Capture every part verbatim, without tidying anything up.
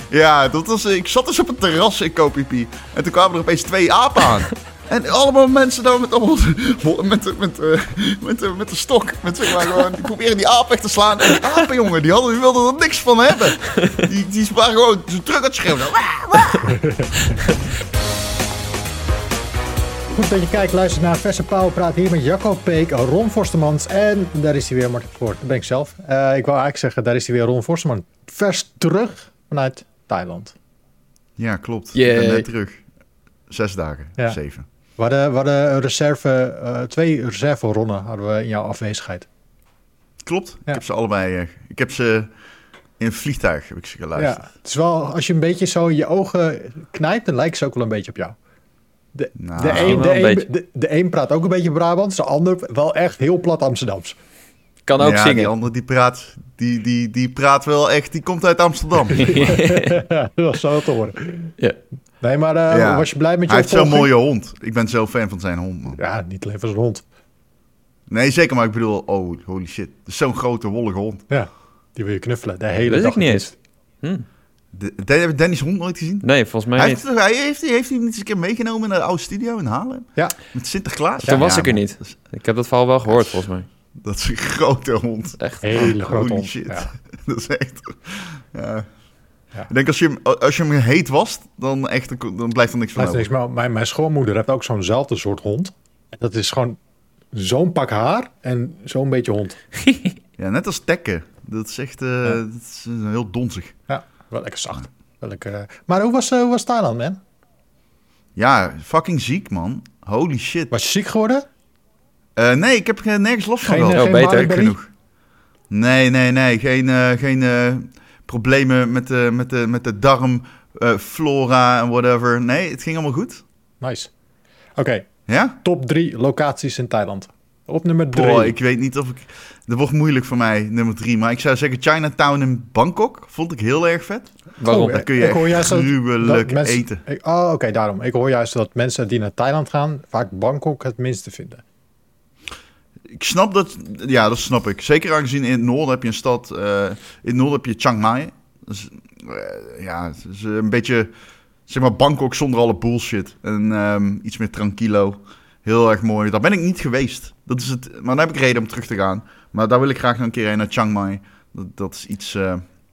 Ja, dat was, ik zat dus op een terras in Kopipi. En toen kwamen er opeens twee apen aan. En allemaal mensen daar met allemaal, met, met, met, uh, met, uh, met de stok. Met, zeg maar, gewoon, die proberen die apen weg te slaan. En die apen, jongen, die, hadden, die wilden er niks van hebben. Die, die waren gewoon zo terug aan het schreeuwen. Goed dat je kijkt, luistert naar Verse Pauw. Praat hier met Jacco Peek, Ron Forstemans en daar is hij weer, Martin Voort. Dat ben ik zelf. Uh, ik wou eigenlijk zeggen, daar is hij weer, Ron Forstemans. Vers terug vanuit Thailand. Ja, klopt. Yay. Ik ben net terug. Zes dagen, ja. Zeven. We hadden, we hadden een reserve, uh, twee reserve-ronnen hadden we in jouw afwezigheid. Klopt. Ja. Ik heb ze allebei... Uh, ik heb ze in een vliegtuig heb ik ze geluisterd. Ja, het is wel, als je een beetje zo je ogen knijpt, dan lijken ze ook wel een beetje op jou. De, nou, de, een, de, een, de, de een praat ook een beetje Brabants, de ander wel echt heel plat Amsterdams. Kan ook ja, zingen. Die andere die praat, die, die, die praat wel echt, die komt uit Amsterdam. Ja, dat was zo te horen. Ja. Nee, maar uh, ja. was je blij met je Hij heeft opvolging? zo'n mooie hond. Ik ben zo fan van zijn hond, man. Ja, niet alleen van zijn hond. Nee, zeker, maar ik bedoel, oh, holy shit. Dat is zo'n grote, wollige hond. Ja, die wil je knuffelen de hele dat dag. Ik niet eens. Hm. De, de, heb je Danny's hond nooit gezien? Nee, volgens mij hij niet. Heeft, hij heeft, hij heeft hij niet eens een keer meegenomen naar de oude studio in Haarlem? Ja. Met Sinterklaas? Toen ja, was ja, ik er man. niet. Ik heb dat verhaal wel gehoord, volgens mij. Dat is een grote hond. Echt. Hele oh, grote holy hond. shit. Ja. Dat is echt... Ja. Ja. Ik denk als je, hem, als je hem heet wast, dan, echt, dan blijft er niks van over. Niks, maar mijn, mijn schoonmoeder heeft ook zo'nzelfde soort hond. Dat is gewoon zo'n pak haar en zo'n beetje hond. Ja, net als tekken. Dat is echt uh, ja. dat is heel donzig. Ja, wel lekker zacht. Wel lekker, uh... Maar hoe was, uh, hoe was Thailand, man? Ja, fucking ziek, man. Holy shit. Was je ziek geworden? Uh, nee, ik heb nergens last van geen, gehad. Oh, beter. Genoeg. Nee, nee, nee. Geen, uh, geen uh, problemen met de, met de, met de darm, uh, flora en whatever. Nee, het ging allemaal goed. Nice. Oké. Okay. Ja? Top drie locaties in Thailand. Op nummer drie. Boah, ik weet niet of ik... Dat wordt moeilijk voor mij, nummer drie. Maar ik zou zeggen Chinatown in Bangkok. Vond ik heel erg vet. Waarom? Oh, daar kun je echt gruwelijk mensen, eten. Ik, oh, oké, okay, daarom. Ik hoor juist dat mensen die naar Thailand gaan... vaak Bangkok het minste vinden. Ik snap dat... Ja, dat snap ik. Zeker aangezien in het noorden heb je een stad... Uh, in het noorden heb je Chiang Mai. Dus, uh, ja, het is een beetje... Zeg maar Bangkok zonder alle bullshit. En um, iets meer tranquilo. Heel erg mooi. Daar ben ik niet geweest. Dat is het, maar daar heb ik reden om terug te gaan. Maar daar wil ik graag nog een keer heen naar Chiang Mai. Dat, dat is iets uh,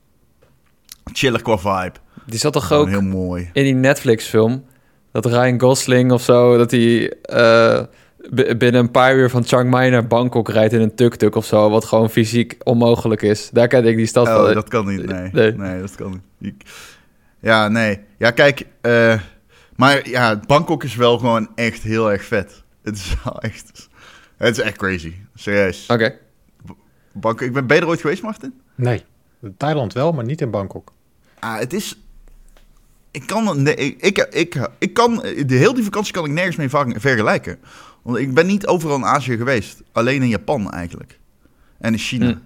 chiller qua vibe. Die zat toch Gewoon ook heel mooi. In die Netflix-film... dat Ryan Gosling of zo... dat hij uh, b- binnen een paar uur van Chiang Mai naar Bangkok rijdt in een tuk-tuk of zo... wat gewoon fysiek onmogelijk is. Daar ken ik die stad oh, van. Oh, dat kan niet, nee. nee. Nee, dat kan niet. Ik, ja, nee. Ja, kijk... Uh, maar ja, Bangkok is wel gewoon echt heel erg vet. Het is wel echt... Het is echt crazy. Serieus. Oké. Okay. Bangkok, ik ben, ben je er ooit geweest, Martin? Nee. Thailand wel, maar niet in Bangkok. Ah, het is... Ik kan... Nee, ik, ik, ik, ik kan... De hele die vakantie kan ik nergens mee vergelijken. Want ik ben niet overal in Azië geweest. Alleen in Japan eigenlijk. En in China. Hm.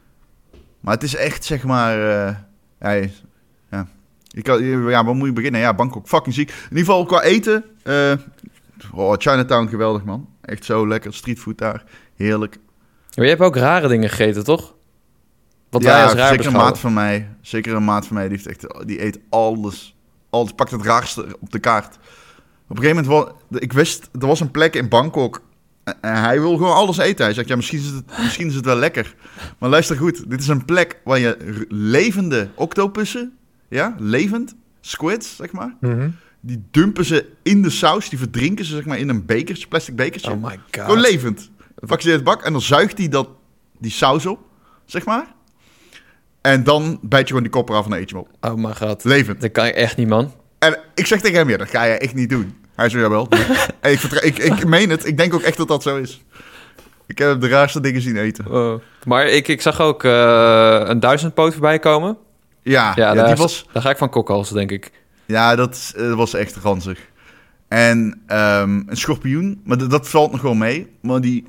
Maar het is echt, zeg maar... Uh, ja, ja. Je kan, ja, waar moet je beginnen? Ja, Bangkok, fucking ziek. In ieder geval qua eten... Uh, oh, Chinatown, geweldig, man. Echt zo lekker. Streetfood daar. Heerlijk. Maar je hebt ook rare dingen gegeten, toch? Wat ja, wij als raar zeker beschouwen. een maat van mij. Zeker een maat van mij. Die, heeft echt, die eet alles. Alles. Pakt het raarste op de kaart. Op een gegeven moment... Was, ik wist... Er was een plek in Bangkok... En hij wil gewoon alles eten. Hij zegt, ja, misschien is het, misschien is het wel lekker. Maar luister goed. Dit is een plek waar je levende octopussen... Ja, levend. Squids, zeg maar. Mm-hmm. Die dumpen ze in de saus. Die verdrinken ze, zeg maar, in een bekertje. Plastic bekertje. Oh my god. Gewoon levend. Pak ze in het bak en dan zuigt hij dat, die saus op, zeg maar. En dan bijt je gewoon die kop eraf en dan eet je hem op. Oh my god. Levend. Dat kan je echt niet, man. En ik zeg tegen hem, ja, dat ga je echt niet doen. Hij zei, jawel. En ik, vertra- ik, ik meen het. Ik denk ook echt dat dat zo is. Ik heb de raarste dingen zien eten. Oh. Maar ik, ik zag ook uh, een duizendpoot voorbij komen. Ja, ja, ja daar, die was... Daar ga ik van kokhalzen, denk ik. Ja, dat uh, was echt ranzig. En um, een schorpioen, maar d- dat valt nog wel mee. Maar die,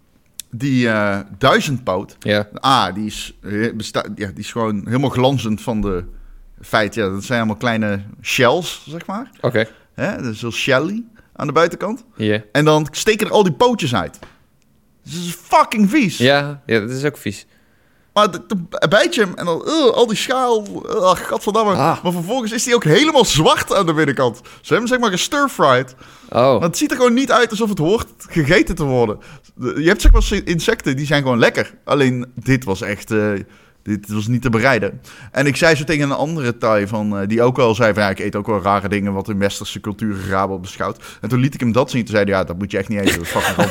die uh, duizendpoot, ja. ah, die is, besta- ja, die is gewoon helemaal glanzend van de feit. Ja, dat zijn allemaal kleine shells, zeg maar. Oké. Okay. Dat is heel shelly aan de buitenkant. Yeah. En dan steken er al die pootjes uit. Dus dat is fucking vies. Ja, ja, dat is ook vies. Maar dan bijt je hem en dan uh, al die schaal. Uh, gadverdamme. Ah. Maar vervolgens is die ook helemaal zwart aan de binnenkant. Ze hebben zeg maar gestir-fried. Oh. Maar het ziet er gewoon niet uit alsof het hoort gegeten te worden. Je hebt zeg maar insecten, die zijn gewoon lekker. Alleen dit was echt... Uh, dit was niet te bereiden. En ik zei zo tegen een andere Thai van... Uh, die ook wel zei van... Ja, ik eet ook wel rare dingen... wat in westerse cultuur graag wordt beschouwd. En toen liet ik hem dat zien. Toen zei hij... Ja, dat moet je echt niet eten. Dat is fucking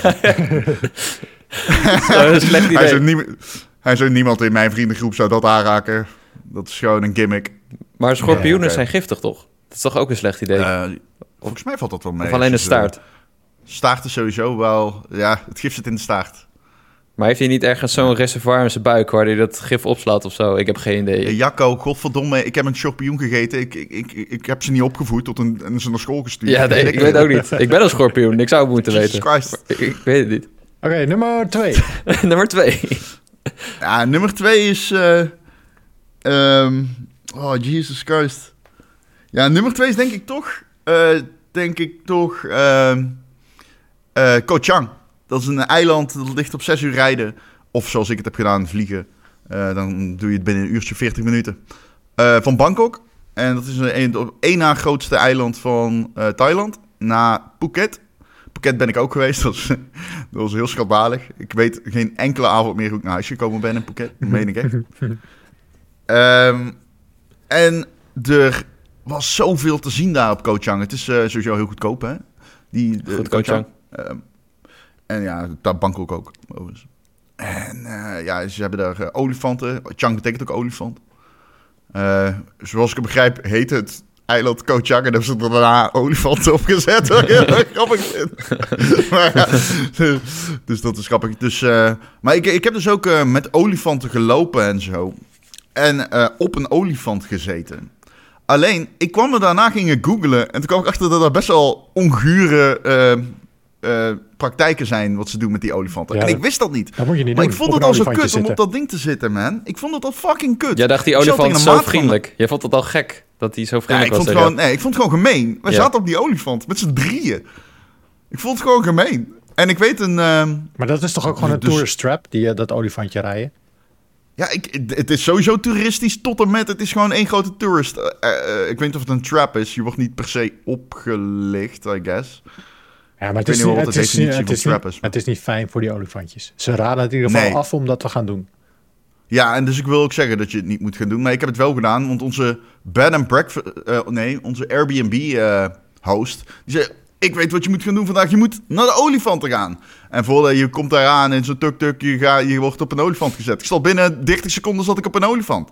Dat is een slecht idee. Hij zei, nie- hij zei... Niemand in mijn vriendengroep zou dat aanraken. Dat is gewoon een gimmick. Maar schorpioenen Ja, okay. zijn giftig, toch? Dat is toch ook een slecht idee? Uh, volgens mij valt dat wel mee. Of alleen de staart? Uh, staart is sowieso wel... Ja, het gif zit in de staart. Maar heeft hij niet ergens zo'n reservoir in zijn buik... waar hij dat gif opslaat of zo? Ik heb geen idee. Uh, Jacco, godverdomme, ik heb een schorpioen gegeten. Ik, ik, ik, ik heb ze niet opgevoed tot een, en ze naar school gestuurd. Ja, nee, ik weet ook niet. Ik ben een schorpioen. Ik zou het moeten Jesus weten. Christ. Ik, ik weet het niet. Oké, okay, nummer twee. Nummer twee. Ja, nummer twee is... Uh, um, oh, Jesus Christ. Ja, nummer twee is denk ik toch... Uh, denk ik toch... Uh, uh, Koh Chang. Dat is een eiland, dat ligt op zes uur rijden. Of zoals ik het heb gedaan, vliegen. Uh, dan doe je het binnen een uurtje, veertig minuten. Uh, van Bangkok. En dat is een, één na grootste eiland van uh, Thailand. Na Phuket. Phuket ben ik ook geweest. Dat was, dat was heel schandalig. Ik weet geen enkele avond meer hoe ik naar huis gekomen ben in Phuket. Dat meen ik echt. Um, en er was zoveel te zien daar op Koh Chang. Het is uh, sowieso heel goedkoop, hè? Die, de, Goed, Koh Chang. Um, en ja, daar Bangkok ook. Overigens. En uh, ja, ze hebben daar uh, olifanten. Chang betekent ook olifant. Uh, zoals ik het begrijp, heet het eiland Koh Chang. En hebben ze er daarna olifanten opgezet. Wat ik heel erg grappig vind. Maar ja, dus dat is grappig. Dus, uh, maar ik, ik heb dus ook uh, met olifanten gelopen en zo. En uh, op een olifant gezeten. Alleen, ik kwam er daarna gingen googlen. En toen kwam ik achter dat er best wel ongure... Uh, Uh, praktijken zijn wat ze doen met die olifanten. Ja, en ik wist dat niet. Dat moet je niet maar doen. ik vond op het al zo kut zitten. om op dat ding te zitten, man. Ik vond het al fucking kut. Jij dacht die olifant zo vriendelijk. Van... Jij vond het al gek dat hij zo vriendelijk ja, ik was. Vond gewoon, nee, ik vond het gewoon gemeen. We ja. zaten op die olifant met z'n drieën. Ik vond het gewoon gemeen. En ik weet een... Uh... Maar dat is toch ook gewoon een dus... tourist trap, die, uh, dat olifantje rijden? Ja, ik, het is sowieso toeristisch tot en met. Het is gewoon één grote tourist. Uh, uh, ik weet niet of het een trap is. Je wordt niet per se opgelicht, I guess. Ja, maar het is, niet, het, is, het, is niet, is, het is niet fijn voor die olifantjes. Ze raden het in ieder geval nee. af om dat te gaan doen. Ja, en dus ik wil ook zeggen dat je het niet moet gaan doen. Maar ik heb het wel gedaan, want onze bed and breakfast... Uh, nee, onze Airbnb-host... Uh, die zei, ik weet wat je moet gaan doen vandaag. Je moet naar de olifanten gaan. En voordat je komt daar aan in zo'n tuk-tuk... Je, ga, je wordt op een olifant gezet. Ik zat binnen dertig seconden zat ik op een olifant.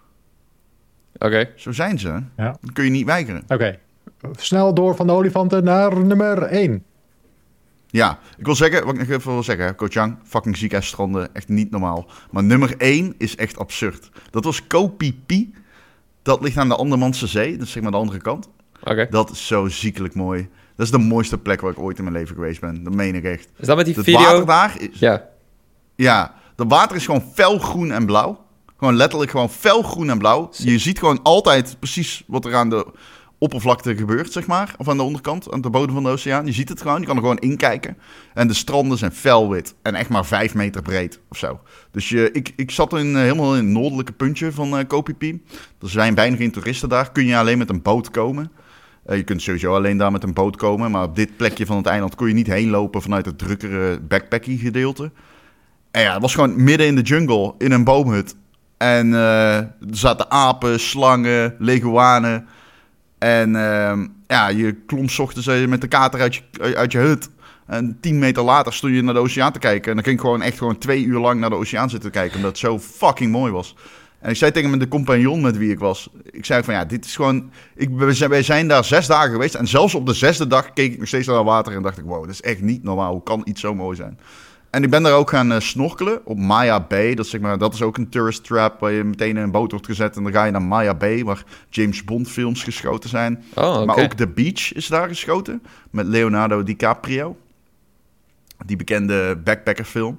Oké. Okay. Zo zijn ze. Ja. Dat kun je niet weigeren. Oké. Okay. Snel door van de olifanten naar nummer één. Ja, ik wil zeggen, wat ik nog even wil zeggen, Koh Chang, fucking ziek ass stranden, echt niet normaal. Maar nummer één is echt absurd. Dat was Koh Phi Phi. Dat ligt aan de Andamanse Zee, dat is zeg maar de andere kant. Okay. Dat is zo ziekelijk mooi. Dat is de mooiste plek waar ik ooit in mijn leven geweest ben. Dat meen ik echt. Is dat met die het video? water daar is... Ja. Ja, dat water is gewoon felgroen en blauw. Gewoon letterlijk gewoon felgroen en blauw. Je ziet gewoon altijd precies wat er aan de oppervlakte gebeurt, zeg maar. Of aan de onderkant, aan de bodem van de oceaan. Je ziet het gewoon, je kan er gewoon inkijken. En de stranden zijn felwit. En echt maar vijf meter breed of zo. Dus je, ik, ik zat in, helemaal in het noordelijke puntje van uh, Koh Phi Phi. Er zijn bijna geen toeristen daar. Kun je alleen met een boot komen. Uh, je kunt sowieso alleen daar met een boot komen. Maar op dit plekje van het eiland kon je niet heen lopen vanuit het drukkere backpacking gedeelte. En ja, het was gewoon midden in de jungle, in een boomhut. En uh, er zaten apen, slangen, leguanen. En uh, ja, je klom 's ochtends met de kater uit je, uit je hut. En tien meter later stond je naar de oceaan te kijken. En dan ging ik gewoon echt gewoon twee uur lang naar de oceaan zitten kijken. Omdat het zo fucking mooi was. En ik zei tegen mijn de compagnon met wie ik was. Ik zei van ja, dit is gewoon... Ik, wij zijn daar zes dagen geweest. En zelfs op de zesde dag keek ik nog steeds naar het water. En dacht ik, wow, dit is echt niet normaal. Hoe kan iets zo mooi zijn? En ik ben daar ook gaan uh, snorkelen op Maya Bay. Dat is, zeg maar, dat is ook een tourist trap waar je meteen in een boot wordt gezet. En dan ga je naar Maya Bay, waar James Bond films geschoten zijn. Oh, okay. Maar ook The Beach is daar geschoten. Met Leonardo DiCaprio. Die bekende backpackerfilm.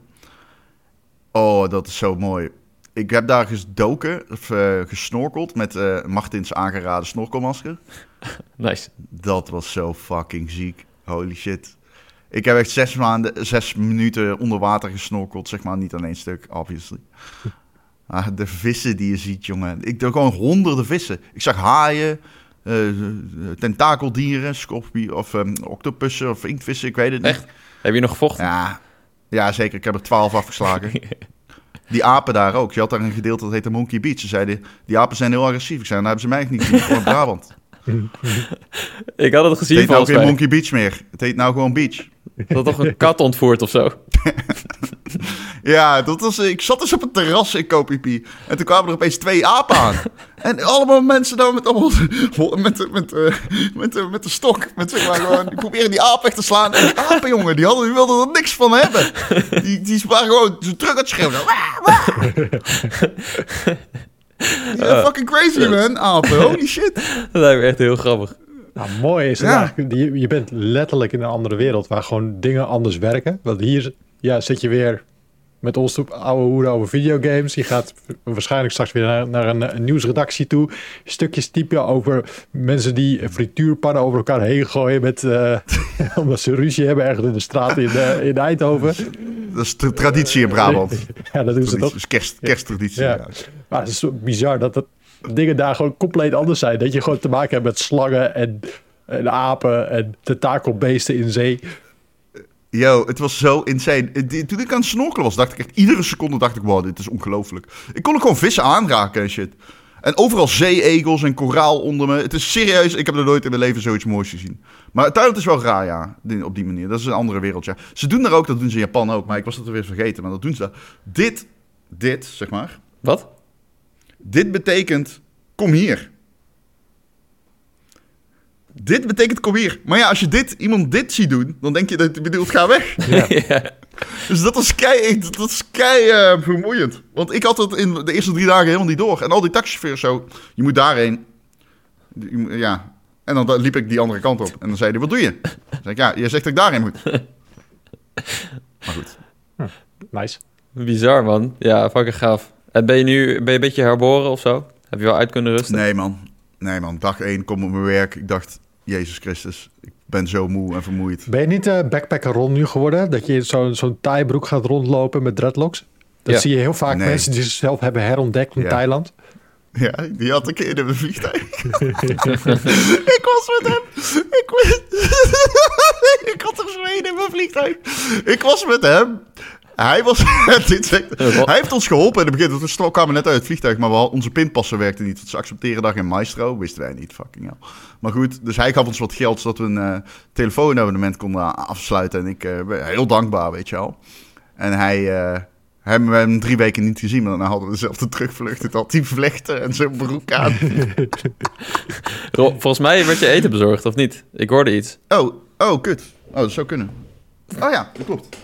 Oh, dat is zo mooi. Ik heb daar gedoken, of uh, gesnorkeld met uh, Martins aangeraden snorkelmasker. Nice. Dat was zo fucking ziek. Holy shit. Ik heb echt zes maanden, zes minuten onder water gesnorkeld, zeg maar. Niet aan één stuk, obviously. Ah, de vissen die je ziet, jongen. Ik doe gewoon honderden vissen. Ik zag haaien, uh, tentakeldieren, scorpioen of um, octopussen of inktvissen, ik weet het niet. Echt? Heb je nog gevochten? Ja, ja, zeker. Ik heb er twaalf afgeslagen. Die apen daar ook. Je had daar een gedeelte dat heette Monkey Beach. Ze zeiden, die apen zijn heel agressief. Ik zei, nou hebben ze mij eigenlijk niet gezien. Gewoon Brabant. Ik had het gezien. Het heet nou geen mij. Monkey Beach meer. Het heet nou gewoon Beach. Dat toch een kat ontvoerd of zo? Ja, dat was, ik zat dus op het terras in Kopipi. En toen kwamen er opeens twee apen aan. En allemaal mensen daar met allemaal, met, met, met, uh, met, uh, met de stok. Met, zeg maar, gewoon, die proberen die aap weg te slaan. En die apen, jongen, die, hadden, die wilden er niks van hebben. Die, die waren gewoon zo terug aan het schreeuwen. Yeah, fucking crazy, man. Apen, holy shit. Dat lijkt me echt heel grappig. Nou, mooi is het Ja. eigenlijk. Je, je bent letterlijk in een andere wereld waar gewoon dingen anders werken. Want hier ja, zit je weer met ons op oude hoeren over videogames. Je gaat waarschijnlijk straks weer naar, naar een, een nieuwsredactie toe. Stukjes typen over mensen die frituurpannen over elkaar heen gooien. Met, uh, omdat ze ruzie hebben ergens in de straat in, uh, in Eindhoven. Dat is de traditie in Brabant. Ja, dat doen ze Dat toch. is kerst, kersttraditie. Ja. Ja. Maar het is zo bizar dat het dingen daar gewoon compleet anders zijn. Dat je gewoon te maken hebt met slangen en, en apen en tentakelbeesten in zee. Yo, het was zo insane. Toen ik aan het snorkelen was, dacht ik echt... Iedere seconde dacht ik, wow, dit is ongelooflijk. Ik kon er gewoon vissen aanraken en shit. En overal zeeegels en koraal onder me. Het is serieus, ik heb er nooit in mijn leven zoiets moois gezien. Maar Thailand is wel raar, ja. Op die manier. Dat is een andere wereld, ja. Ze doen daar ook, dat doen ze in Japan ook. Maar ik was dat weer vergeten, maar dat doen ze daar. Dit, dit, zeg maar. Wat? Dit betekent, kom hier. Dit betekent, kom hier. Maar ja, als je dit, iemand dit ziet doen, dan denk je dat hij bedoelt, ga weg. Ja. Ja. Dus dat is kei, dat is kei uh, vermoeiend. Want ik had het in de eerste drie dagen helemaal niet door. En al die taxichauffeurs zo, je moet daarheen. Ja. En dan liep ik die andere kant op. En dan zei hij, wat doe je? Dan zei ik, ja, je zegt dat ik daarheen moet. Maar goed. Hm, nice. Bizar, man. Ja, fucking gaaf. En ben je nu ben je een beetje herboren of zo? Heb je wel uit kunnen rusten? Nee, man. Nee, man. Dag één, kom op mijn werk. Ik dacht, Jezus Christus, ik ben zo moe en vermoeid. Ben je niet uh, backpacker Ron nu geworden? Dat je in zo'n zo'n Thai-broek gaat rondlopen met dreadlocks? Dat Ja. zie je heel vaak Nee. mensen die zichzelf hebben herontdekt in Ja. Thailand. Ja, die had ik in mijn vliegtuig. Ik was met hem. Ik, was... ik had er Zweden in mijn vliegtuig. Ik was met hem. Hij was... Dit zegt... Hij heeft ons geholpen in het begin. Want we kwamen net uit het vliegtuig, maar we hadden... onze pinpassen werkten niet. Want ze accepteren daar geen Maestro. Wisten wij niet, fucking hell. Maar goed, dus hij gaf ons wat geld... zodat we een uh, telefoonabonnement konden afsluiten. En ik uh, ben heel dankbaar, weet je wel. En hij... Uh, hebben we hem drie weken niet gezien, maar dan hadden we dezelfde terugvlucht. Het had die vlechten en zo'n broek aan. Ro- Volgens mij werd je eten bezorgd, of niet? Ik hoorde iets. Oh, oh, kut. Oh, dat zou kunnen. Oh ja, dat klopt.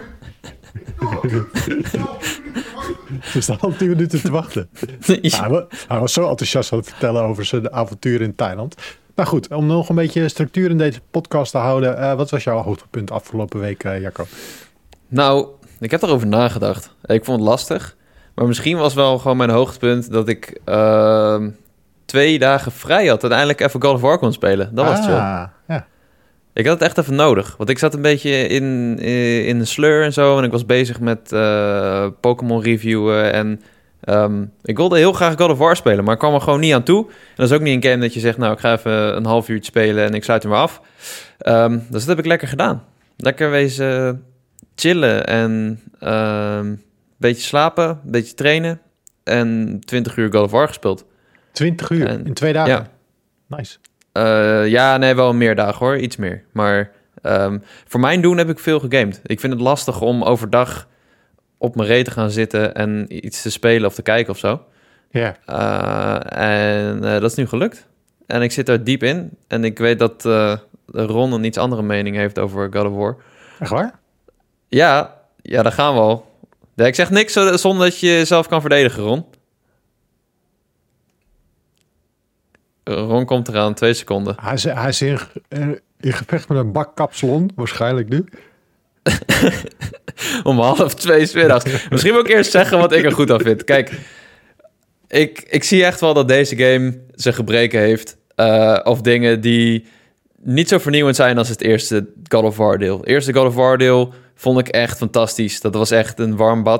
Ze staan al tien minuten te wachten. Ja. Hij, wa- hij was zo enthousiast aan het vertellen over zijn avontuur in Thailand. Nou goed, om nog een beetje structuur in deze podcast te houden. Uh, wat was jouw hoogtepunt afgelopen week, uh, Jacco? Nou, ik heb erover nagedacht. Ik vond het lastig. Maar misschien was wel gewoon mijn hoogtepunt dat ik uh, twee dagen vrij had. Uiteindelijk even God of War kon spelen. Dat was ah, chill. Ja. Ik had het echt even nodig. Want ik zat een beetje in, in een sleur en zo. En ik was bezig met uh, Pokémon reviewen. En um, ik wilde heel graag God of War spelen. Maar ik kwam er gewoon niet aan toe. En dat is ook niet een game dat je zegt... nou, ik ga even een half uurtje spelen en ik sluit hem weer af. Um, dus dat heb ik lekker gedaan. Lekker wezen... Uh, chillen en uh, een beetje slapen, een beetje trainen en twintig uur God of War gespeeld. twintig uur En, in twee dagen? Ja. Nice. Uh, ja, nee, wel meer dagen hoor, iets meer. Maar um, voor mijn doen heb ik veel gegamed. Ik vind het lastig om overdag op mijn reet te gaan zitten en iets te spelen of te kijken of zo. Ja. Uh, en uh, dat is nu gelukt. En ik zit er diep in en ik weet dat uh, Ron een iets andere mening heeft over God of War. Echt waar? Ja, ja, daar gaan we al. Ja, ik zeg niks zonder dat je jezelf kan verdedigen, Ron. Ron komt eraan, twee seconden. Hij is, hij is in, in gevecht met een bak kapsalon, waarschijnlijk nu. Om half twee 's middags. Misschien wil ik eerst zeggen wat ik er goed aan vind. Kijk, ik, ik zie echt wel dat deze game zijn gebreken heeft. Uh, of dingen die niet zo vernieuwend zijn als het eerste God of War deel. Het eerste God of War deel vond ik echt fantastisch. Dat was echt een warm bad.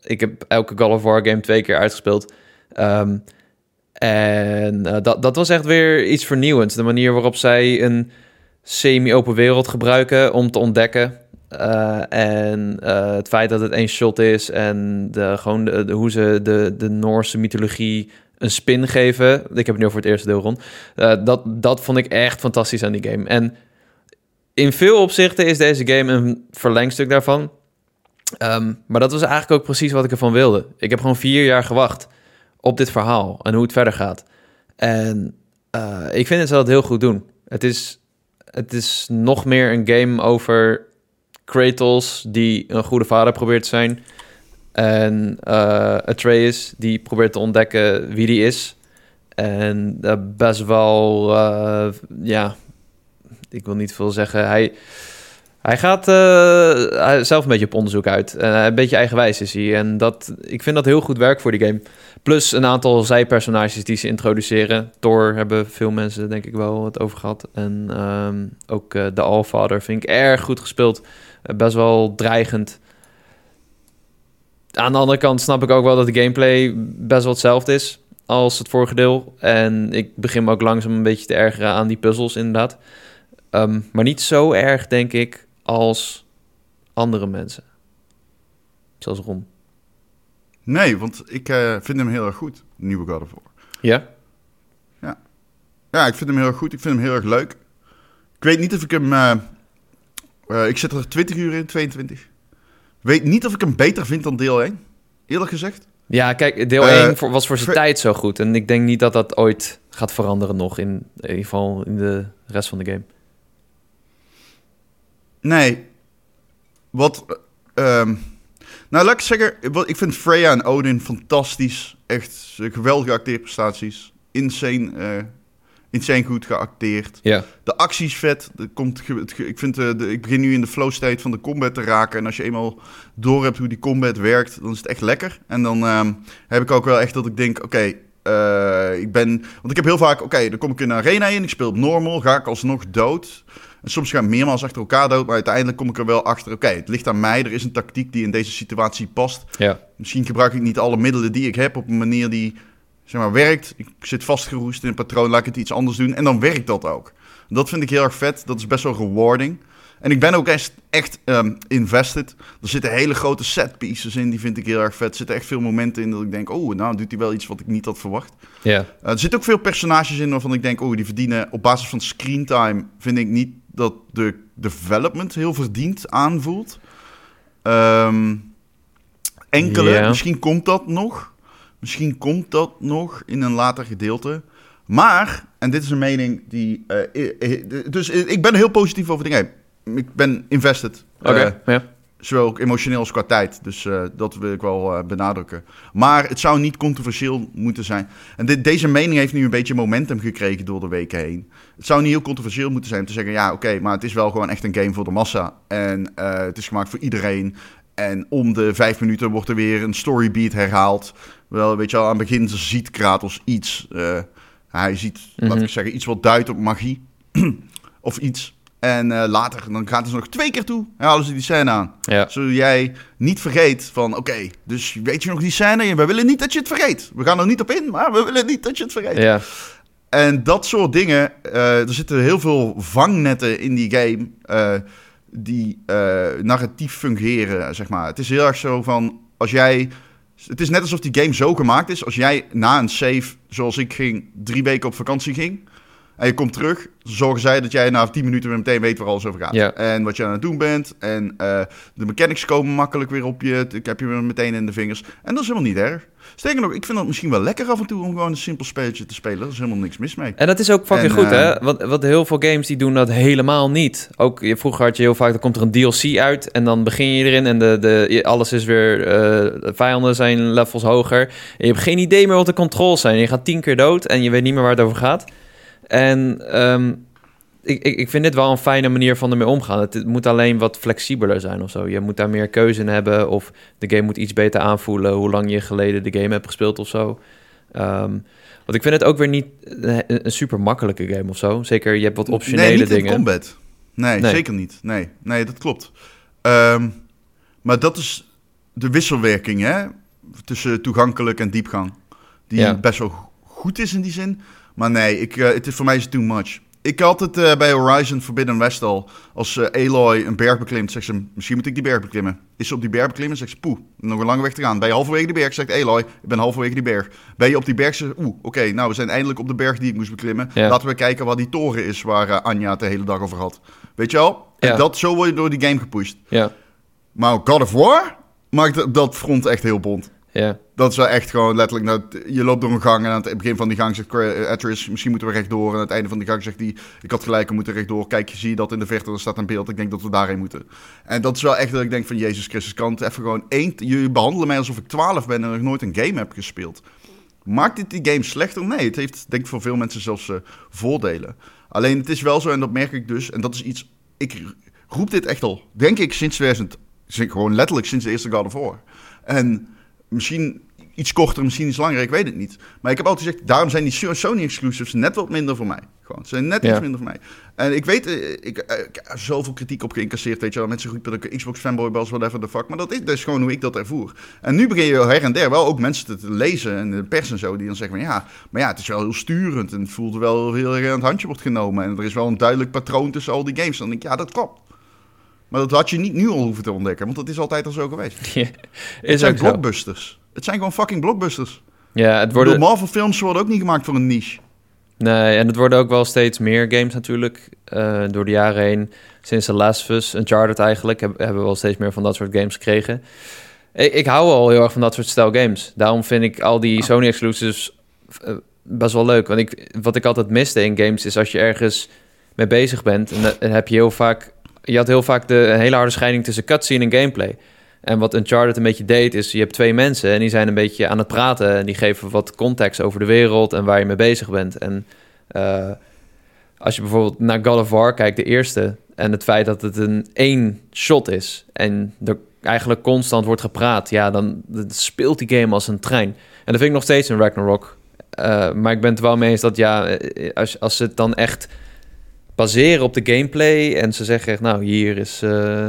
Ik heb elke God of War game twee keer uitgespeeld. Um, en uh, dat, dat was echt weer iets vernieuwends. De manier waarop zij een semi-open wereld gebruiken om te ontdekken. Uh, en uh, het feit dat het één shot is en de, gewoon de, de, hoe ze de, de Noorse mythologie een spin geven. Ik heb het nu over het eerste deel rond. Uh, dat, dat vond ik echt fantastisch aan die game. En in veel opzichten is deze game een verlengstuk daarvan. Um, maar dat was eigenlijk ook precies wat ik ervan wilde. Ik heb gewoon vier jaar gewacht op dit verhaal en hoe het verder gaat. En uh, ik vind het ze dat heel goed doen. Het is, het is nog meer een game over Kratos, die een goede vader probeert te zijn. En uh, Atreus, die probeert te ontdekken wie die is. En uh, best wel, uh, ja, ik wil niet veel zeggen. Hij, hij gaat uh, hij zelf een beetje op onderzoek uit. Uh, een beetje eigenwijs is hij. En dat, ik vind dat heel goed werk voor die game. Plus een aantal zijpersonages die ze introduceren. Thor hebben veel mensen denk ik wel het over gehad. En um, ook uh, de Allfather vind ik erg goed gespeeld. Uh, best wel dreigend. Aan de andere kant snap ik ook wel dat de gameplay best wel hetzelfde is als het vorige deel. En ik begin me ook langzaam een beetje te ergeren aan die puzzels inderdaad. Um, maar niet zo erg, denk ik, als andere mensen. Zoals Ron. Nee, want ik uh, vind hem heel erg goed, de nieuwe God of War. Ja? Ja. Ja, ik vind hem heel erg goed. Ik vind hem heel erg leuk. Ik weet niet of ik hem... Uh, uh, ik zit er twintig uur in, tweeëntwintig. Ik weet niet of ik hem beter vind dan deel één, eerlijk gezegd. Ja, kijk, deel Uh, één voor, was voor zijn ver- tijd zo goed. En ik denk niet dat dat ooit gaat veranderen nog. In, in ieder geval in de rest van de game. Nee. Wat... Uh, um, nou, laat ik zeggen... Wat, ik vind Freya en Odin fantastisch. Echt geweldige acteerprestaties. Insane, uh, insane goed geacteerd. Ja. De actie is vet. Er komt, ge- het ge- ik, vind, uh, de, ik begin nu in de flow state van de combat te raken. En als je eenmaal door hebt hoe die combat werkt, dan is het echt lekker. En dan um, heb ik ook wel echt dat ik denk, oké, okay, uh, ik ben... Want ik heb heel vaak, oké, okay, dan kom ik in een arena in, ik speel op normal, ga ik alsnog dood. En soms ga ik meermaals achter elkaar dood, maar uiteindelijk kom ik er wel achter, oké, okay, het ligt aan mij, er is een tactiek die in deze situatie past. Ja. Misschien gebruik ik niet alle middelen die ik heb op een manier die, zeg maar, werkt. Ik zit vastgeroest in een patroon, laat ik het iets anders doen. En dan werkt dat ook. Dat vind ik heel erg vet. Dat is best wel rewarding. En ik ben ook echt, echt um, invested. Er zitten hele grote set pieces in, die vind ik heel erg vet. Er zitten echt veel momenten in dat ik denk, oh, nou doet hij wel iets wat ik niet had verwacht. Ja. Uh, er zitten ook veel personages in waarvan ik denk, oh, die verdienen op basis van screentime, vind ik niet dat de development heel verdiend aanvoelt. Um, enkele, Ja. misschien komt dat nog. Misschien komt dat nog in een later gedeelte. Maar, en dit is een mening die... Uh, dus ik ben heel positief over de game. Ik ben invested. Oké, okay, uh, ja. Zowel ook emotioneel als qua tijd. Dus uh, dat wil ik wel uh, benadrukken. Maar het zou niet controversieel moeten zijn. En dit, deze mening heeft nu een beetje momentum gekregen door de weken heen. Het zou niet heel controversieel moeten zijn om te zeggen... ja, oké, okay, maar het is wel gewoon echt een game voor de massa. En uh, het is gemaakt voor iedereen. En om de vijf minuten wordt er weer een storybeat herhaald. Wel, weet je wel, aan het begin ziet Kratos iets. Uh, hij ziet, mm-hmm. laat ik zeggen, iets wat duidt op magie. Of iets. En uh, later, dan gaat het nog twee keer toe. En halen ze die scène aan. Ja. Zodat jij niet vergeet van... Oké, okay, dus weet je nog die scène? We willen niet dat je het vergeet. We gaan er niet op in, maar we willen niet dat je het vergeet. Ja. En dat soort dingen... Uh, er zitten heel veel vangnetten in die game... Uh, die uh, narratief fungeren, zeg maar. Het is heel erg zo van... Als jij... Het is net alsof die game zo gemaakt is... Als jij na een save, zoals ik ging... drie weken op vakantie ging... En je komt terug, zorgen zij dat jij na tien minuten weer meteen weet waar alles over gaat. Ja. En wat je aan het doen bent. En uh, de mechanics komen makkelijk weer op je. Ik heb je weer meteen in de vingers. En dat is helemaal niet erg. Sterker nog, ik vind het misschien wel lekker af en toe om gewoon een simpel spelletje te spelen. Er is helemaal niks mis mee. En dat is ook fucking en, goed, uh, hè? Want, want heel veel games die doen dat helemaal niet. Ook vroeger had je heel vaak, er komt er een D L C uit en dan begin je erin en de, de, alles is weer, uh, de vijanden zijn levels hoger. En je hebt geen idee meer wat de controls zijn. Je gaat tien keer dood en je weet niet meer waar het over gaat. En um, ik, ik, ik vind dit wel een fijne manier van ermee omgaan. Het, het moet alleen wat flexibeler zijn of zo. Je moet daar meer keuze in hebben of de game moet iets beter aanvoelen hoe lang je geleden de game hebt gespeeld of zo. Um, want ik vind het ook weer niet een, een super makkelijke game of zo. Zeker, je hebt wat optionele nee, niet dingen. in combat. Nee, nee, zeker niet. Nee, nee, dat klopt. Um, maar dat is... de wisselwerking, hè, tussen toegankelijk en diepgang, die Ja. best wel goed is in die zin. Maar nee, ik, uh, het is voor mij is het too much. Ik had het uh, bij Horizon Forbidden West al. Als uh, Aloy een berg beklimt, zegt ze, misschien moet ik die berg beklimmen. Is ze op die berg beklimmen, zegt ze, poeh, nog een lange weg te gaan. Ben je halverwege die berg, zegt Aloy, ik ben halverwege die berg. Ben je op die berg, zegt oeh, oké, okay, nou, we zijn eindelijk op de berg die ik moest beklimmen. Ja. Laten we kijken waar die toren is waar uh, Anja het de hele dag over had. Weet je wel? Ja. En dat, zo word je door die game gepusht. Ja, Maar God of War maakt dat- dat front echt heel bont. ja, Dat is wel echt gewoon letterlijk, nou, je loopt door een gang en aan het begin van die gang zegt Atreus, misschien moeten we rechtdoor. En aan het einde van die gang zegt hij, ik had gelijk, we moeten rechtdoor. Kijk, je ziet dat in de verte, er staat een beeld, ik denk dat we daarheen moeten. En dat is wel echt dat ik denk van, Jezus Christus, kan het even gewoon één... Jullie behandelen mij alsof ik twaalf ben en nog nooit een game heb gespeeld. Maakt dit die game slechter? Nee, het heeft denk ik voor veel mensen zelfs uh, voordelen. Alleen het is wel zo, en dat merk ik dus, en dat is iets, ik roep dit echt al, denk ik sinds tweeduizend, gewoon letterlijk sinds de eerste God of War. En misschien iets korter, misschien iets langer, ik weet het niet. Maar ik heb altijd gezegd, daarom zijn die Sony exclusives net wat minder voor mij. Gewoon, ze zijn net Ja. iets minder voor mij. En ik weet, eh, ik, eh, ik heb zoveel kritiek op geïncasseerd, weet je wel. Mensen roepen dat ik een Xbox fanboy was, whatever the fuck. Maar dat is dus gewoon hoe ik dat ervoer. En nu begin je her en der wel ook mensen te, te lezen en de pers en zo, die dan zeggen van ja, maar ja, het is wel heel sturend en het voelt wel heel erg aan het handje wordt genomen. En er is wel een duidelijk patroon tussen al die games. Dan denk ik, ja, dat klopt. Maar dat had je niet nu al hoeven te ontdekken, want dat is altijd al zo geweest. Het is zijn ook zo. blockbusters. Het zijn gewoon fucking blockbusters. Ja, het De worden... Marvel films worden ook niet gemaakt voor een niche. Nee, en het worden ook wel steeds meer games natuurlijk. Uh, door de jaren heen. Sinds The Last of Us, Uncharted eigenlijk, heb, hebben we wel steeds meer van dat soort games gekregen. Ik, ik hou al heel erg van dat soort stijl games. Daarom vind ik al die Sony exclusives uh, best wel leuk. Want ik, wat ik altijd miste in games is als je ergens mee bezig bent. En dan heb je heel vaak... Je had heel vaak de, een hele harde scheiding tussen cutscene en gameplay. En wat Uncharted een beetje deed, is je hebt twee mensen en die zijn een beetje aan het praten en die geven wat context over de wereld en waar je mee bezig bent. En uh, als je bijvoorbeeld naar God of War kijkt, de eerste, en het feit dat het een één shot is en er eigenlijk constant wordt gepraat, ja, dan, dan speelt die game als een trein. En dat vind ik nog steeds in Ragnarok. Uh, maar ik ben het er wel mee eens dat ja, als, als ze het dan echt baseren op de gameplay en ze zeggen echt, nou, hier is... Uh,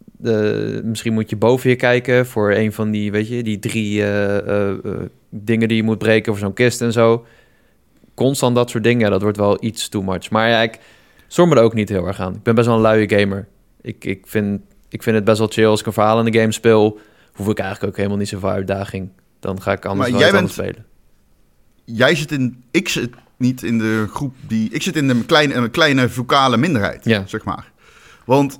De, misschien moet je boven je kijken voor een van die, weet je, die drie uh, uh, uh, dingen die je moet breken voor zo'n kist en zo. Constant dat soort dingen, ja, dat wordt wel iets too much. Maar ja, ik storm me er ook niet heel erg aan. Ik ben best wel een luie gamer. Ik, ik, vind, ik vind het best wel chill als ik een verhaal in de game speel. Hoef ik eigenlijk ook helemaal niet zoveel uitdaging. Dan ga ik anders Maar wel jij iets bent- anders spelen. Jij zit in... Ik zit niet in de groep die... Ik zit in de kleine, een kleine vocale minderheid, Ja. zeg maar. Want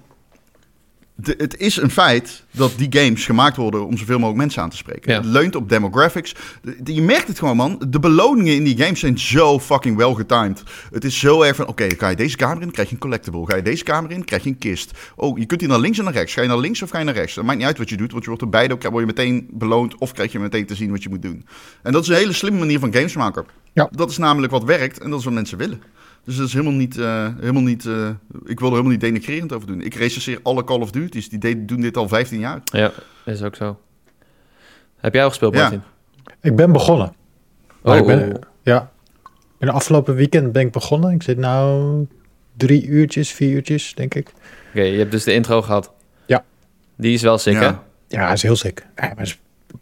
de, het is een feit dat die games gemaakt worden om zoveel mogelijk mensen aan te spreken. Ja. Het leunt op demographics. De- de- je merkt het gewoon, man. De beloningen in die games zijn zo fucking wel getimed. Het is zo erg van, oké, ga je deze kamer in, krijg je een collectible. Ga je deze kamer in, krijg je een kist. Oh, je kunt hier naar links en naar rechts. Ga je naar links of ga je naar rechts? Dat maakt niet uit wat je doet, want je wordt er beide, word je meteen beloond of krijg je meteen te zien wat je moet doen. En dat is een hele slimme manier van games maken. Ja. Dat is namelijk wat werkt en dat is wat mensen willen. Dus dat is helemaal niet, uh, helemaal niet uh, ik wil er helemaal niet denigrerend over doen. Ik recenseer alle Call of Duty's, die de- doen dit al vijftien jaar. Ja, is ook zo. Heb jij al gespeeld, Ja. Martin? Ik ben begonnen. Maar Oh, ik ben, ja. In de afgelopen weekend ben ik begonnen. Ik zit nou drie uurtjes, vier uurtjes, denk ik. Oké, je hebt dus de intro gehad. Ja. Die is wel sick, hè? Ja. Ja, hij is heel sick. Ja, maar is-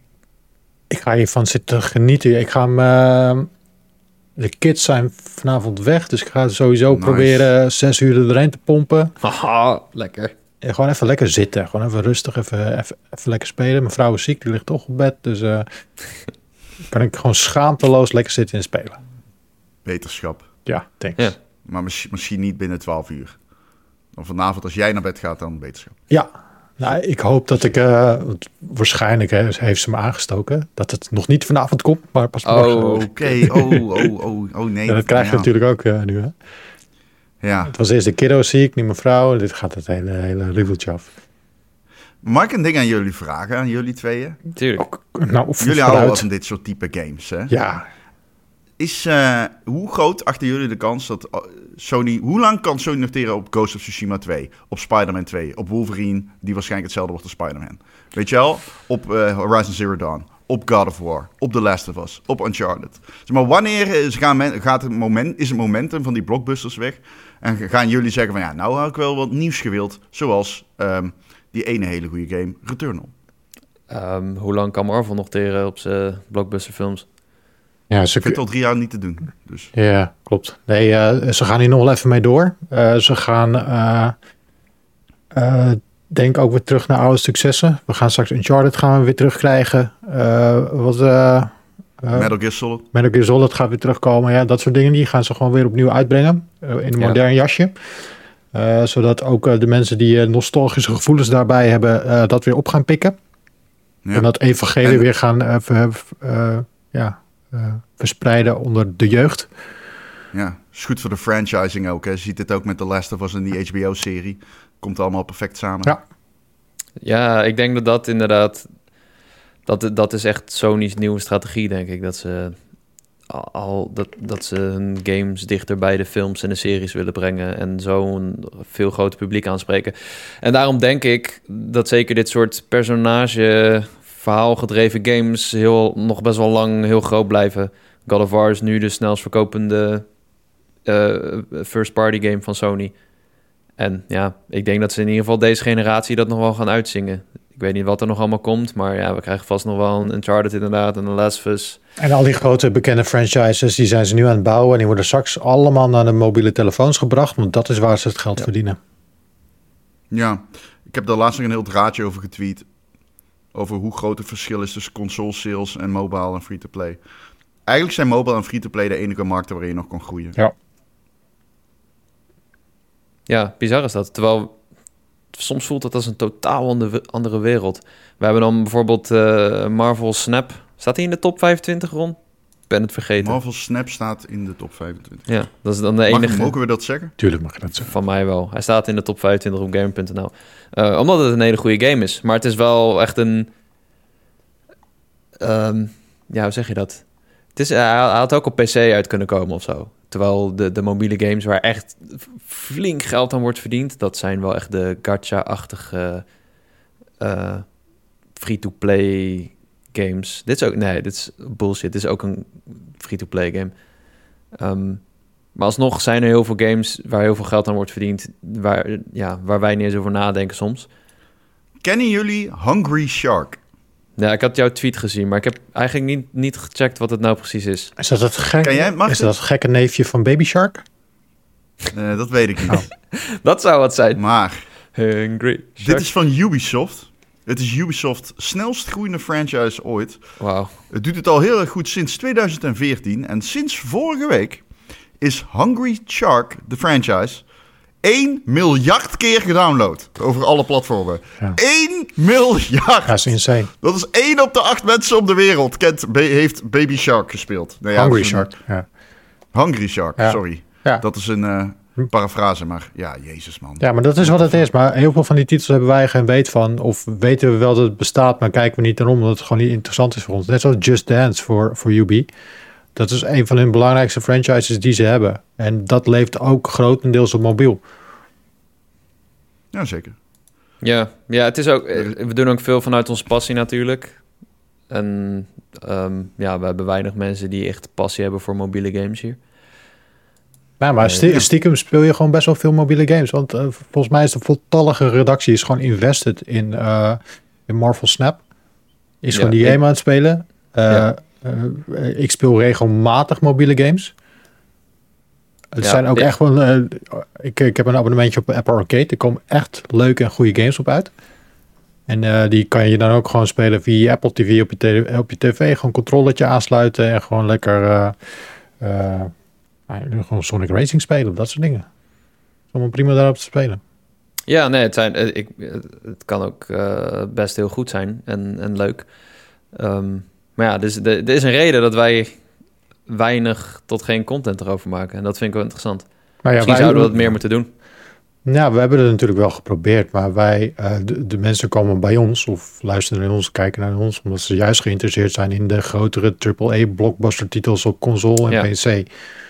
ik ga hiervan zitten genieten. Ik ga hem... eh, de kids zijn vanavond weg, dus ik ga sowieso Nice. proberen zes uur er doorheen te pompen. Haha, lekker. En gewoon even lekker zitten. Gewoon even rustig, even, even, even lekker spelen. Mijn vrouw is ziek, die ligt toch op bed. Dus eh, kan ik gewoon schaamteloos lekker zitten en spelen. Wetenschap. Ja, thanks. Ja. Ja, Maar misschien, misschien niet binnen twaalf uur. Dan vanavond als jij naar bed gaat, dan wetenschap. nou, ik hoop dat ik... eh, want waarschijnlijk hè, heeft ze me aangestoken. Dat het nog niet vanavond komt, maar pas morgen. Oh, Oké, oh, oh, oh, oh nee. Ja, dat krijg je Ja. natuurlijk ook eh, nu. Hè? Ja. Het was eerst de kiddo's ziek, nu mijn vrouw. Dit gaat het hele, hele riedeltje af. Mag ik een ding aan jullie vragen, aan jullie tweeën? tuurlijk. Ook, nou, of Jullie houden wel vooruit. van dit soort type games, hè? Ja, Is, uh, hoe groot achter jullie de kans dat uh, Sony... Hoe lang kan Sony noteren op Ghost of Tsushima twee? Op Spider-Man twee? Op Wolverine, die waarschijnlijk hetzelfde wordt als Spider-Man? Weet je wel? Op uh, Horizon Zero Dawn. Op God of War. Op The Last of Us. Op Uncharted. Zeg maar, wanneer is, gaan men, gaat het moment, is het momentum van die blockbusters weg? En gaan jullie zeggen van... Ja, nou had ik wel wat nieuws gewild. Zoals um, die ene hele goede game, Returnal. Um, hoe lang kan Marvel nog teren op zijn blockbusterfilms? Ja, ze Ik vind het al drie jaar niet te doen. Dus. Ja, klopt. Nee, uh, ze gaan hier nog wel even mee door. Uh, ze gaan, uh, uh, denk ook weer terug naar oude successen. We gaan straks Uncharted gaan we weer terugkrijgen. Uh, wat, uh, uh, Metal Gear Solid. Metal Gear Solid gaat weer terugkomen. Ja, dat soort dingen die gaan ze gewoon weer opnieuw uitbrengen. Uh, in een ja. modern jasje. Uh, zodat ook uh, de mensen die uh, nostalgische gevoelens daarbij hebben, uh, dat weer op gaan pikken. Ja. En dat evangelie en... weer gaan uh, uh, uh, ja, uh, verspreiden onder de jeugd. Ja, is goed voor de franchising ook. Hè. Je ziet het ook met The Last of Us en die H B O-serie. Komt allemaal perfect samen. Ja, ja ik denk dat dat inderdaad... Dat, dat is echt Sony's nieuwe strategie, denk ik. Dat ze, al, dat, dat ze hun games dichter bij de films en de series willen brengen. En zo een veel groter publiek aanspreken. En daarom denk ik dat zeker dit soort personage... verhaalgedreven games heel, nog best wel lang heel groot blijven. God of War is nu de snelst verkopende uh, first-party game van Sony. En ja, ik denk dat ze in ieder geval deze generatie dat nog wel gaan uitzingen. Ik weet niet wat er nog allemaal komt, maar ja, we krijgen vast nog wel een Uncharted inderdaad en een Last of Us. En al die grote bekende franchises, die zijn ze nu aan het bouwen en die worden straks allemaal naar de mobiele telefoons gebracht, want dat is waar ze het geld ja. verdienen. Ja, ik heb daar laatst nog een heel draadje over getweet. Over hoe groot het verschil is tussen console sales en mobile en free-to-play. Eigenlijk zijn mobile en free-to-play de enige markten waarin je nog kan groeien. Ja. Ja, bizar is dat. Terwijl soms voelt dat als een totaal andere wereld. We hebben dan bijvoorbeeld uh, Marvel Snap. Staat hij in de top vijfentwintig, Ron? Ik ben het vergeten. Marvel Snap staat in de top vijfentwintig. Ja, dat is dan de enige... Mag, mogen we dat zeggen? Tuurlijk mag je dat zeggen. Van mij wel. Hij staat in de top vijfentwintig op gamer punt n l. Uh, omdat het een hele goede game is. Maar het is wel echt een... Um, ja, hoe zeg je dat? Het is, uh, hij had ook op P C uit kunnen komen of zo. Terwijl de, de mobiele games waar echt flink geld aan wordt verdiend... dat zijn wel echt de gacha-achtige uh, free-to-play games. Dit is ook... Nee, dit is bullshit. Dit is ook een free-to-play game. Um, maar alsnog zijn er heel veel games waar heel veel geld aan wordt verdiend... waar, ja, waar wij niet eens over nadenken soms. Kennen jullie Hungry Shark? Ja, ik had jouw tweet gezien, maar ik heb eigenlijk niet, niet gecheckt wat het nou precies is. Is dat het gekke, jij, is dat het gekke neefje van Baby Shark? Uh, dat weet ik niet. Oh. Dat zou wat zijn. Maar Hungry Shark. Dit is van Ubisoft. Het is Ubisoft's snelst groeiende franchise ooit. Wauw. Het doet het al heel erg goed sinds tweeduizend veertien. En sinds vorige week is Hungry Shark, de franchise... één miljard keer gedownload over alle platformen. Ja. één miljard! Dat is insane. Dat is één op de acht mensen op de wereld kent, be, heeft Baby Shark gespeeld. Nou ja, Hungry Shark, ja. Hungry Shark, ja. sorry. Ja. Dat is een uh, parafrase, maar ja, jezus man. Ja, maar dat is wat het is. Maar heel veel van die titels hebben wij geen weet van. Of weten we wel dat het bestaat, maar kijken we niet erom, omdat het gewoon niet interessant is voor ons. Net zoals Just Dance voor, voor Ubi. Dat is een van hun belangrijkste franchises die ze hebben. En dat leeft ook grotendeels op mobiel. Ja, zeker. Ja, ja, het is ook... We doen ook veel vanuit onze passie natuurlijk. En um, ja, we hebben weinig mensen die echt passie hebben voor mobiele games hier. Ja, maar stie- stiekem speel je gewoon best wel veel mobiele games. Want uh, volgens mij is de voltallige redactie is gewoon invested in, uh, in Marvel Snap. Is ja, gewoon die game ik... aan het spelen. Uh, ja. uh, ik speel regelmatig mobiele games. Het ja, zijn ook ik... echt wel... Uh, ik, ik heb een abonnementje op Apple Arcade. Er komen echt leuke en goede games op uit. En uh, die kan je dan ook gewoon spelen via Apple T V op je, te- op je tv. Gewoon controllertje aansluiten en gewoon lekker... Uh, uh, gewoon Sonic Racing spelen, dat soort dingen. Het is allemaal prima daarop te spelen. Ja, nee, het, zijn, ik, het kan ook uh, best heel goed zijn en, en leuk. Um, maar ja, dus er is een reden dat wij weinig tot geen content erover maken. En dat vind ik wel interessant. Maar ja, Misschien wij, zouden we dat meer moeten doen. Nou, we hebben het natuurlijk wel geprobeerd. Maar wij, uh, de, de mensen komen bij ons of luisteren naar ons, kijken naar ons, omdat ze juist geïnteresseerd zijn in de grotere triple A blockbuster titels op console en ja. P C.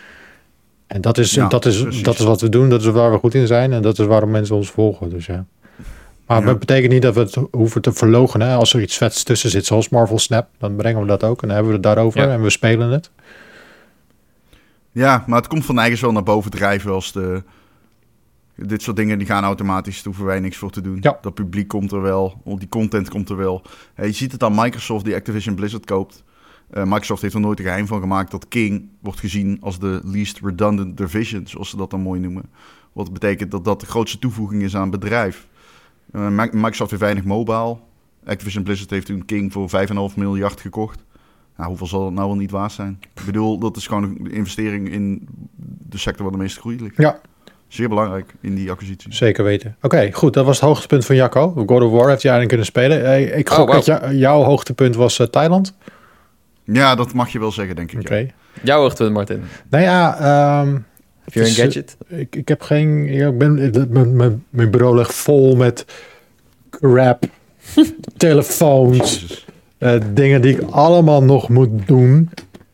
En dat is, ja, dat, is, dat is wat we doen, dat is waar we goed in zijn en dat is waarom mensen ons volgen. Dus ja. Maar ja. dat betekent niet dat we het hoeven te verloochenen. Als er iets vets tussen zit, zoals Marvel Snap, dan brengen we dat ook en dan hebben we het daarover ja. en we spelen het. Ja, maar het komt van eigens wel naar boven drijven als de, Dit soort dingen die gaan automatisch, daar hoeven wij niks voor te doen. Ja. Dat publiek komt er wel, die content komt er wel. Hey, je ziet het aan Microsoft die Activision Blizzard koopt. Uh, Microsoft heeft er nooit een geheim van gemaakt dat King wordt gezien als de least redundant division, zoals ze dat dan mooi noemen. Wat betekent dat dat de grootste toevoeging is aan het bedrijf. Uh, Microsoft heeft weinig mobile. Activision Blizzard heeft toen King voor vijf komma vijf miljard gekocht. Nou, hoeveel zal het nou wel niet waard zijn? Ik bedoel, dat is gewoon een investering in de sector waar de meeste groei ligt. Ja. Zeer belangrijk in die acquisitie. Zeker weten. Oké, okay, goed. Dat was het hoogtepunt van Jacco. God of War heeft hij eigenlijk kunnen spelen. Hey, ik gok oh, wow. dat jou, jouw hoogtepunt was uh, Thailand. Ja, dat mag je wel zeggen, denk ik. Oké. Okay. Ja. Jouw hoogtepunt, Martin? Nou ja... Um, heb je een gadget? Uh, ik, ik heb geen... Ja, ik ben, mijn, mijn, mijn bureau ligt vol met crap, telefoons, uh, dingen die ik allemaal nog moet doen.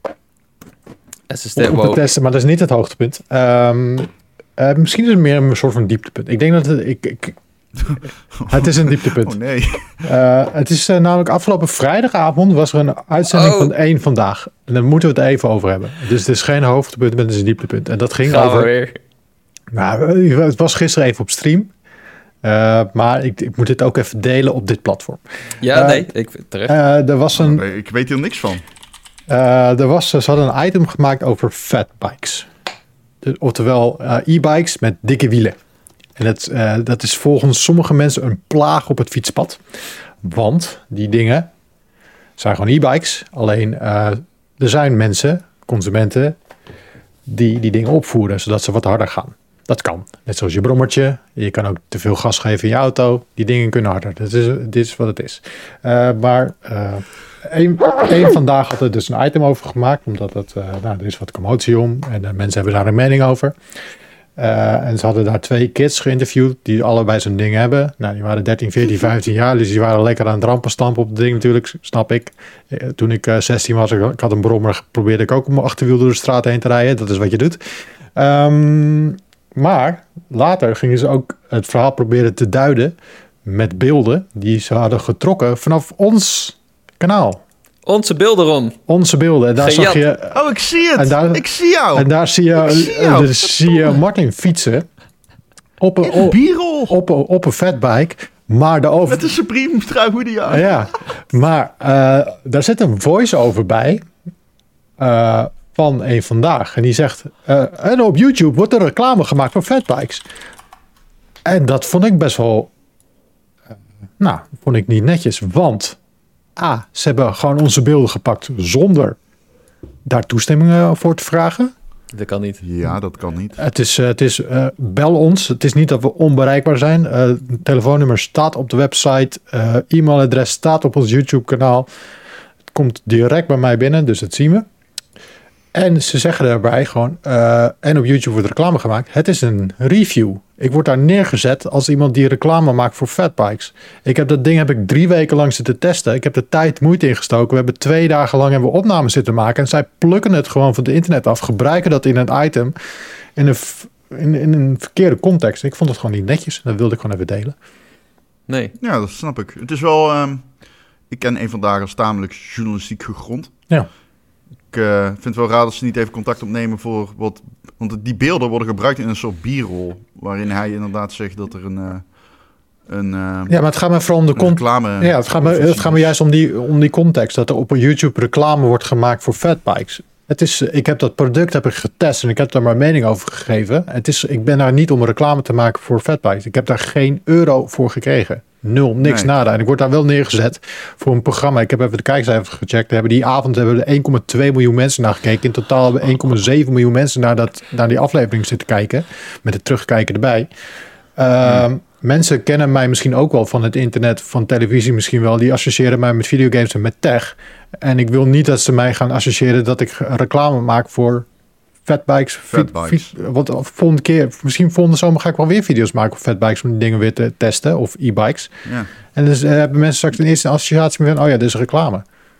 Om te testen, maar dat is niet het hoogtepunt. Um, uh, misschien is het meer een soort van dieptepunt. Ik denk dat het... Ik, ik, het is een dieptepunt. Oh nee. Uh, het is uh, namelijk afgelopen vrijdagavond was er een uitzending oh. van één Vandaag. En daar moeten we het even over hebben. Dus het is geen hoogtepunt, maar het is een dieptepunt. En dat ging Gaan over... we weer. Nou, het was gisteren even op stream. Uh, maar ik, ik moet dit ook even delen op dit platform. Ja, uh, nee, ik terecht. Uh, er was een... Oh, nee, ik weet hier niks van. Uh, er was, ze hadden een item gemaakt over fatbikes. De, oftewel uh, e-bikes met dikke wielen. En het, uh, dat is volgens sommige mensen een plaag op het fietspad. Want die dingen zijn gewoon e-bikes. Alleen uh, er zijn mensen, consumenten, die die dingen opvoeren zodat ze wat harder gaan. Dat kan. Net zoals je brommertje. Je kan ook te veel gas geven in je auto. Die dingen kunnen harder. Dat is, dit is wat het is. Uh, maar uh, één, één vandaag had er dus een item over gemaakt. Omdat het, uh, nou, er is wat commotie om. En uh, mensen hebben daar een mening over. Uh, en ze hadden daar twee kids geïnterviewd die allebei zo'n ding hebben. Nou, die waren dertien, veertien, vijftien jaar. Dus die waren lekker aan het rampen stampen op het ding natuurlijk. Snap ik. Uh, toen ik uh, zestien was, ik, ik had een brommer. Probeerde ik ook om mijn achterwiel door de straat heen te rijden. Dat is wat je doet. Um, maar later gingen ze ook het verhaal proberen te duiden met beelden die ze hadden getrokken vanaf ons kanaal. Onze beelden, Ron. Onze beelden. En daar Gejat. zag je... Oh, ik zie het. En daar, ik zie jou. En daar zie je, zie jou. uh, zie je Martin fietsen op een, op, op, op, op een fatbike. Maar de over... Met een Supreme trui hoodie. Ja. ja, maar uh, daar zit een voice-over bij uh, van een Vandaag. En die zegt, uh, en op YouTube wordt er reclame gemaakt voor fatbikes. En dat vond ik best wel... Uh, nou, vond ik niet netjes. Want... A, ze hebben gewoon onze beelden gepakt zonder daar toestemming voor te vragen. Dat kan niet. Ja, dat kan niet. Het is, uh, het is uh, bel ons. Het is niet dat we onbereikbaar zijn. Uh, het telefoonnummer staat op de website. Uh, e-mailadres staat op ons YouTube-kanaal. Het komt direct bij mij binnen, dus dat zien we. En ze zeggen daarbij gewoon... Uh, en op YouTube wordt reclame gemaakt. Het is een review. Ik word daar neergezet als iemand die reclame maakt voor fatbikes. Ik heb dat ding heb ik drie weken lang zitten testen. Ik heb de tijd moeite ingestoken. We hebben twee dagen lang hebben we opnames zitten maken. En zij plukken het gewoon van het internet af. Gebruiken dat in een item. In een, in, in een verkeerde context. Ik vond het gewoon niet netjes. Dat wilde ik gewoon even delen. Nee. Ja, dat snap ik. Het is wel... Um, ik ken een Vandaag als tamelijk journalistiek gegrond. Ja. Ik uh, vind het wel raar dat ze niet even contact opnemen voor wat... Want die beelden worden gebruikt in een soort b-roll. Waarin hij inderdaad zegt dat er een... Uh, een uh, ja, maar het gaat me vooral om de context. Ja, het gaat me, het gaat me juist om die, om die context. Dat er op YouTube reclame wordt gemaakt voor fatbikes. Het is, ik heb dat product heb ik getest en ik heb daar mijn mening over gegeven. Het is, ik ben daar niet om reclame te maken voor fatbikes. Ik heb daar geen euro voor gekregen. Nul, niks nee. nada. En ik word daar wel neergezet voor een programma. Ik heb even de kijkcijfers gecheckt. Hebben die avond hebben er één komma twee miljoen mensen naar gekeken. In totaal hebben één komma zeven miljoen mensen naar, dat, naar die aflevering zitten kijken. Met het terugkijken erbij. Uh, ja. Mensen kennen mij misschien ook wel van het internet, van televisie misschien wel. Die associëren mij met videogames en met tech. En ik wil niet dat ze mij gaan associëren dat ik reclame maak voor fatbikes. Fatbikes. Want volgende keer, misschien volgende zomer ga ik wel weer video's maken voor fatbikes om die dingen weer te testen. Of e-bikes. Ja. En dus uh, hebben mensen straks een eerste associatie met, oh ja, dit is reclame.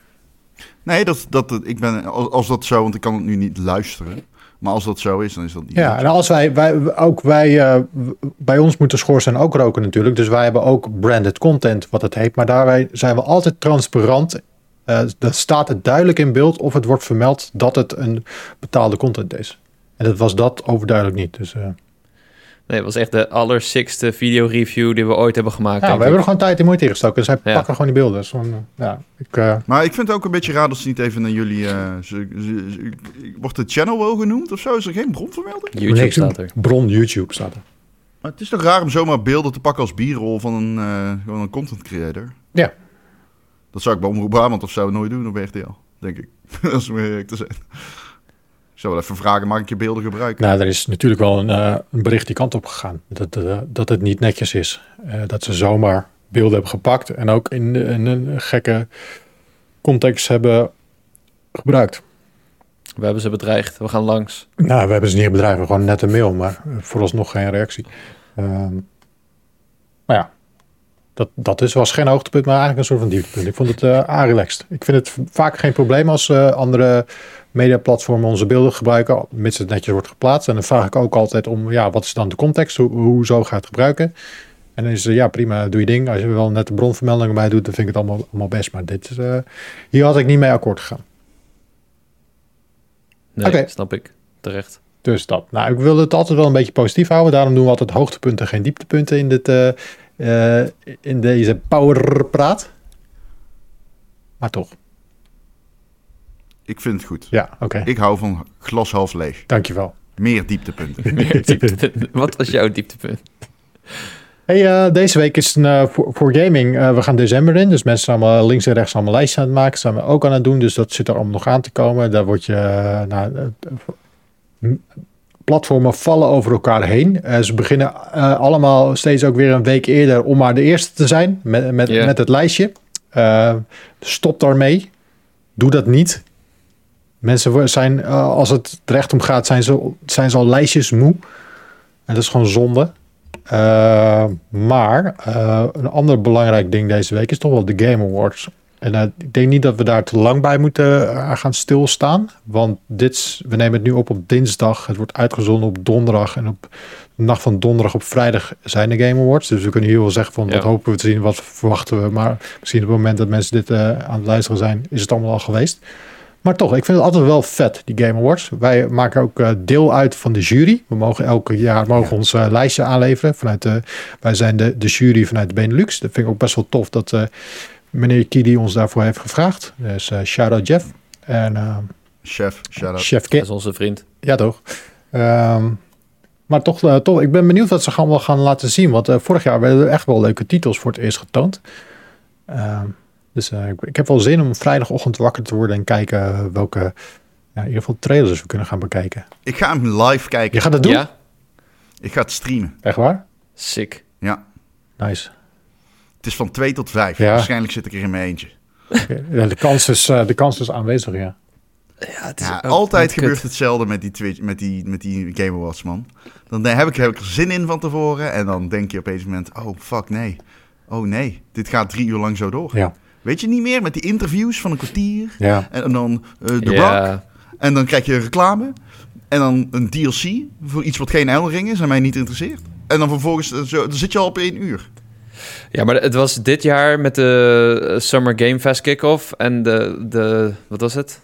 Nee, dat, dat, ik ben, als, als dat zo, want ik kan het nu niet luisteren. Maar als dat zo is, dan is dat niet. Ja, en als wij, wij ook wij, uh, bij ons moet de schoorsteen ook roken natuurlijk. Dus wij hebben ook branded content, wat het heet. Maar daarbij zijn we altijd transparant. Uh, dat staat het duidelijk in beeld of het wordt vermeld dat het een betaalde content is. En dat was dat overduidelijk niet. Dus, uh... Nee, het was echt de allersixte videoreview die we ooit hebben gemaakt. Ja, we denk hebben ik. er gewoon tijd en moeite in gestoken. Dus zij Ja. pakken gewoon die beelden. Dus van, uh, ja, ik, uh, Maar ik vind het ook een beetje raar dat ze niet even naar jullie... Uh, ze, ze, ze- wordt de channel wel genoemd of zo? Is er geen bronvermelding? YouTube niks- staat er. Bron YouTube staat er. Maar het is toch raar om zomaar beelden te pakken als bierrol van een, uh, gewoon een content creator? Ja. Dat zou ik bij Omroep Brabant of zo nooit doen op R T L, denk ik. Dat is meer eerlijk te zijn. Ik zou wel even vragen, mag ik je beelden gebruiken? Nou, er is natuurlijk wel een, uh, een bericht die kant op gegaan. Dat, uh, dat het niet netjes is. Uh, dat ze zomaar beelden hebben gepakt. En ook in, in een gekke context hebben gebruikt. We hebben ze bedreigd. We gaan langs. Nou, we hebben ze niet bedreigd. Gewoon net een mail. Maar vooralsnog geen reactie. Um, maar ja. Dat, dat is, was geen hoogtepunt, maar eigenlijk een soort van dieptepunt. Ik vond het uh, relaxed. Ik vind het vaak geen probleem als uh, andere mediaplatformen onze beelden gebruiken, mits het netjes wordt geplaatst. En dan vraag ik ook altijd om, ja, wat is dan de context? Hoe, hoezo ga je het gebruiken? En dan is het, ja, prima, doe je ding. Als je wel net de bronvermeldingen bij doet, dan vind ik het allemaal, allemaal best. Maar dit, uh, hier had ik niet mee akkoord gegaan. Nee, Oké. snap ik. Terecht. Dus dat. Nou, ik wil het altijd wel een beetje positief houden. Daarom doen we altijd hoogtepunten, geen dieptepunten in dit... Uh, Uh, in deze powerpraat. Maar toch. Ik vind het goed. Ja, oké. Okay. Ik hou van glas half leeg. Dankjewel. Meer dieptepunten. Meer dieptepunten. Wat was jouw dieptepunt? Hey, uh, deze week is een, uh, voor, voor gaming. Uh, we gaan december in. Dus mensen zijn allemaal links en rechts allemaal lijstjes aan het maken. Zijn we ook aan het doen. Dus dat zit er allemaal nog aan te komen. Daar word je... Uh, nou, uh, platformen vallen over elkaar heen. Uh, ze beginnen uh, allemaal steeds ook weer een week eerder om maar de eerste te zijn met, met, yeah. met het lijstje. Uh, stop daarmee. Doe dat niet. Mensen zijn, uh, als het terecht om gaat, zijn ze, zijn ze al lijstjes moe. En dat is gewoon zonde. Uh, maar uh, een ander belangrijk ding deze week is toch wel de Game Awards. En uh, ik denk niet dat we daar te lang bij moeten uh, gaan stilstaan. Want dit, we nemen het nu op op dinsdag. Het wordt uitgezonden op donderdag. En op de nacht van donderdag op vrijdag zijn de Game Awards. Dus we kunnen hier wel zeggen van ja. wat hopen we te zien, wat verwachten we. Maar misschien op het moment dat mensen dit uh, aan het luisteren zijn, is het allemaal al geweest. Maar toch, ik vind het altijd wel vet, die Game Awards. Wij maken ook uh, deel uit van de jury. We mogen elke jaar mogen ja. ons uh, lijstje aanleveren. Vanuit de, wij zijn de, de jury vanuit de Benelux. Dat vind ik ook best wel tof dat... Uh, meneer Kili ons daarvoor heeft gevraagd. Dus uh, shout-out Jeff. En, uh, chef, shout-out. Chef Kit. Dat is onze vriend. Ja, toch. Um, maar toch, uh, toch, ik ben benieuwd wat ze gaan, wel gaan laten zien. Want uh, vorig jaar werden er echt wel leuke titels voor het eerst getoond. Uh, dus uh, ik, ik heb wel zin om vrijdagochtend wakker te worden en kijken welke, ja, in ieder geval trailers we kunnen gaan bekijken. Ik ga hem live kijken. Je gaat het doen? Ja. Ik ga het streamen. Echt waar? Sick. Ja. Nice. Het is van twee tot vijf. Ja. Waarschijnlijk zit ik er in mijn eentje. Ja, de, kans is, uh, de kans is aanwezig, ja. Ja, het is ja altijd gebeurt kut. hetzelfde met die, Twitch, met, die, met die Game Awards, man. Dan heb ik, heb ik er zin in van tevoren. En dan denk je op een moment, oh, fuck, nee. Oh, nee. Dit gaat drie uur lang zo door. Ja. Weet je niet meer? Met die interviews van een kwartier. Ja. En, en dan uh, de ja. bak. En dan krijg je reclame. En dan een D L C voor iets wat geen Elden Ring is en mij niet interesseert. En dan vervolgens, uh, zo, dan zit je al op één uur. Ja, maar het was dit jaar met de Summer Game Fest kick-off en de, de... Wat was het?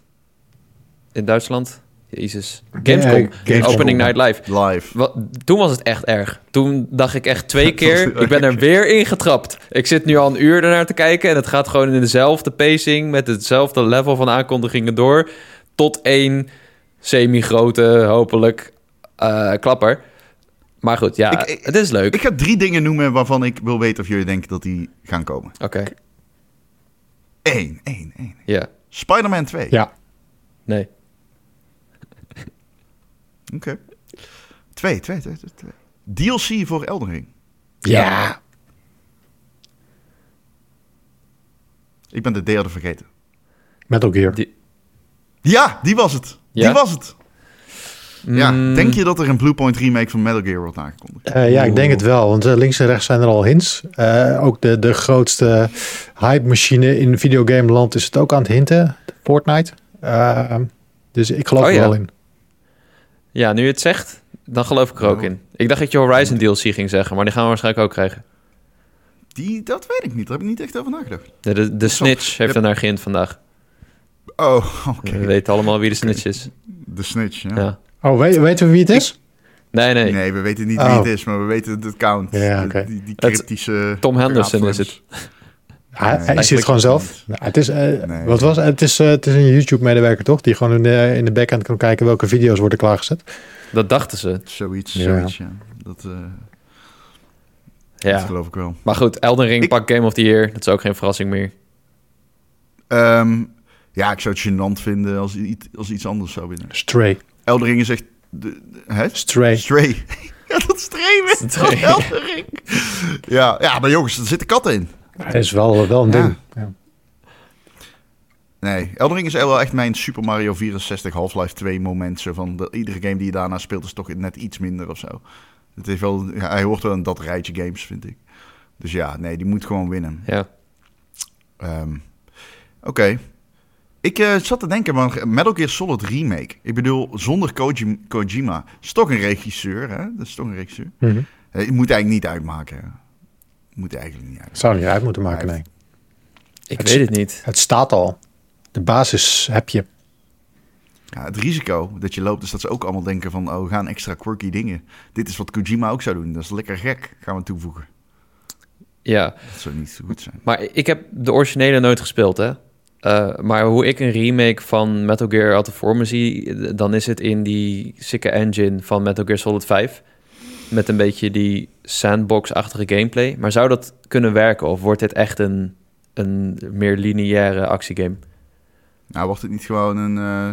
In Duitsland? Jezus. Gamescom. Ja, Gamescom. Opening Night Live. Live. Wat, toen was het echt erg. Toen dacht ik echt twee keer... ik ben er weer ingetrapt. Ik zit nu al een uur ernaar te kijken... en het gaat gewoon in dezelfde pacing... met hetzelfde level van aankondigingen door... tot één semi-grote, hopelijk, uh, klapper... Maar goed, ja, ik, ik, het is leuk. Ik ga drie dingen noemen waarvan ik wil weten of jullie denken dat die gaan komen. Oké. Okay. Eén, één, één. Ja. Spider-Man twee. Ja. Nee. Oké. Okay. Twee, twee, twee, twee, twee. D L C voor Elden Ring. Ja. ja. Ik ben de derde vergeten. Metal Gear. Die... Ja, die was het. Ja? Die was het. Ja, mm. denk je dat er een Bluepoint remake van Metal Gear wordt aangekondigd? Uh, ja, ik denk het wel. Want uh, links en rechts zijn er al hints. Uh, ook de, de grootste hype-machine in videogameland is het ook aan het hinten. Fortnite. Uh, dus ik geloof oh, er ja. wel in. Ja, nu je het zegt, dan geloof ik er ook oh. in. Ik dacht dat je Horizon D L C ging zeggen, maar die gaan we waarschijnlijk ook krijgen. Die, dat weet ik niet. Daar heb ik niet echt over nagedacht. De, de, de Snitch heeft er naar geïnt vandaag. Oh, oké. Okay. We weten allemaal wie de Snitch is. De Snitch, ja. ja. Oh, weet, weten we wie het is? Nee, nee. Nee, we weten niet Oh. wie het is, maar we weten het count. Ja, oké. Die, die Het- cryptische... Tom Henderson is het. Hij, hij Nee, ziet het gewoon zelf. niet. Nou, het, is, uh, Nee. wat was, het, is, uh, het is een YouTube-medewerker, toch? Die gewoon in de, in de backend kan kijken welke video's worden klaargezet. Dat dachten ze. Zoiets, Ja. zoiets, ja. Dat, uh, Ja. dat geloof ik wel. Maar goed, Elden Ring Ik- pakt Game of the Year. Dat is ook geen verrassing meer. Um, ja, ik zou het gênant vinden als, iets, als iets anders zou winnen. Stray. Elden Ring is echt... De, de, hè? Stray. Stray. Ja, dat Stray wint Stray. van Elden Ring. Ja, ja, maar jongens, er zitten katten in. Hij is wel, wel een Ja. ding. Ja. Nee, Elden Ring is wel echt mijn Super Mario vierenzestig Half-Life twee moment. Zo van, de, iedere game die je daarna speelt is toch net iets minder of zo. Het heeft wel, ja, hij hoort wel in dat rijtje games, vind ik. Dus ja, nee, die moet gewoon winnen. Ja. Um, Oké. Okay. Ik uh, zat te denken, maar Metal Gear Solid Remake. Ik bedoel, zonder Koji- Kojima. Is toch een regisseur, hè? Dat is toch een regisseur. Mm-hmm. Uh, je moet eigenlijk niet uitmaken. Hè? Moet eigenlijk niet uitmaken. Zou niet uit moeten maken, nee. Ik Het weet is- het niet. Het staat al. De basis heb je. Ja, het risico dat je loopt is dat ze ook allemaal denken van... oh, we gaan extra quirky dingen. Dit is wat Kojima ook zou doen. Dat is lekker gek, gaan we toevoegen. Ja, Dat zou niet zo goed zijn. maar ik heb de originele nooit gespeeld, hè. Uh, maar hoe ik een remake van Metal Gear altijd voor me zie... dan is het in die sikke engine van Metal Gear Solid vijf... met een beetje die sandbox-achtige gameplay. Maar zou dat kunnen werken? Of wordt dit echt een, een meer lineaire actiegame? Nou, wordt het niet gewoon een... Uh,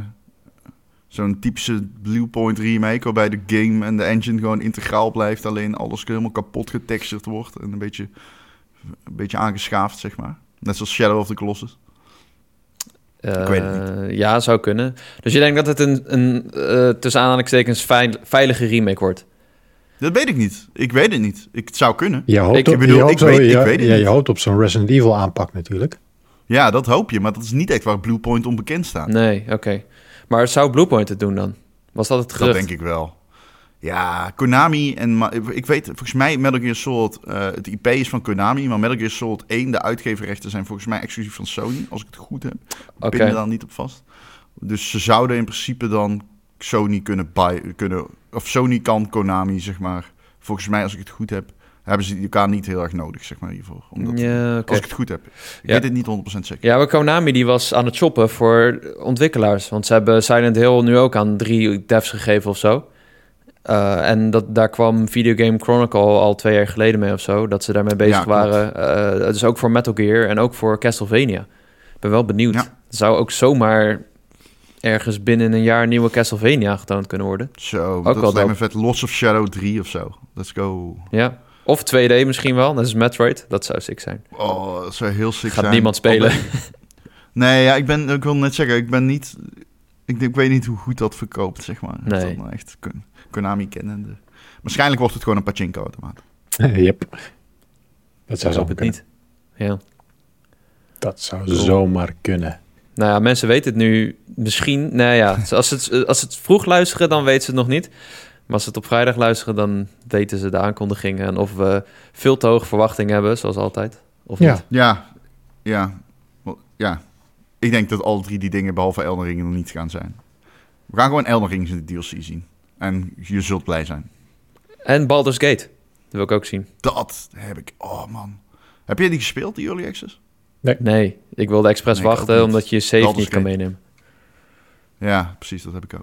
zo'n typische Bluepoint remake... waarbij de game en de engine gewoon integraal blijft... alleen alles helemaal kapot getextured wordt... en een beetje, een beetje aangeschaafd, zeg maar. Net zoals Shadow of the Colossus. Uh, Ik weet het niet. Ja, zou kunnen. Dus je denkt dat het een, een uh, tussen aanhalingstekens veil, veilige remake wordt? Dat weet ik niet. Ik weet het niet. Ik, het zou kunnen. Je hoopt, Ik op, bedoel, je hoopt ik zo- weet- ik ja, weet het ja, niet. je hoopt op zo'n Resident Evil aanpak natuurlijk. Ja, dat hoop je. Maar dat is niet echt waar Bluepoint onbekend staat. Nee, oké. Okay. Maar zou Bluepoint het doen dan? Was dat het gerucht? Dat denk ik wel. Ja, Konami en... Ma- ik weet, volgens mij Metal Gear Solid... Uh, het I P is van Konami, maar Metal Gear Solid één... de uitgeverrechten zijn volgens mij exclusief van Sony... als ik het goed heb. Ik Oké. ben er dan niet op vast. Dus ze zouden in principe dan Sony kunnen... Buy, kunnen of Sony kan Konami, zeg maar... Volgens mij, als ik het goed heb... hebben ze elkaar niet heel erg nodig, zeg maar, hiervoor. Omdat, Ja, oké. Als ik het goed heb. Ik Ja. weet het niet honderd procent zeker. Ja, maar Konami die was aan het shoppen voor ontwikkelaars. Want ze hebben Silent Hill nu ook aan drie devs gegeven of zo. Uh, en dat, daar kwam Video Game Chronicle al twee jaar geleden mee of zo. Dat ze daarmee bezig Ja, klopt. waren. Uh, dus ook voor Metal Gear en ook voor Castlevania. Ik ben wel benieuwd. Ja. Het zou ook zomaar ergens binnen een jaar een nieuwe Castlevania getoond kunnen worden. Zo, wel dat lijkt me dope. vet. Lost of Shadow drie of zo. Let's go. Ja. Of twee D misschien wel. Dat is Metroid. Dat zou sick zijn. Oh, dat zou heel sick Gaat zijn. niemand spelen. Oh, nee, ja, ik, ben, ik wil net zeggen, ik ben niet... Ik, ik weet niet hoe goed dat verkoopt, zeg maar. Nee. Dat dan echt Kon- Konami kennende. Waarschijnlijk wordt het gewoon een pachinko-automaat. Yep. Dat zou Ik zo hoop het niet. Ja. Dat zou zomaar kunnen. Nou ja, mensen weten het nu misschien. Nou ja, als ze het, als ze het vroeg luisteren, dan weten ze het nog niet. Maar als ze het op vrijdag luisteren, dan weten ze de aankondigingen. En of we veel te hoge verwachtingen hebben, zoals altijd. Of Ja. niet. Ja, ja, Wel, ja. Ik denk dat alle drie die dingen, behalve Elden Ring, nog niet gaan zijn. We gaan gewoon Elden Ring in de D L C zien. En je zult blij zijn. En Baldur's Gate. Dat wil ik ook zien. Dat heb ik... Oh, man. Heb jij die gespeeld, die Early Access? Nee, ik wilde expres Nee, ik wachten, ook niet. omdat je je save Baldur's niet kan Gate. meenemen. Ja, precies. Dat heb ik ook.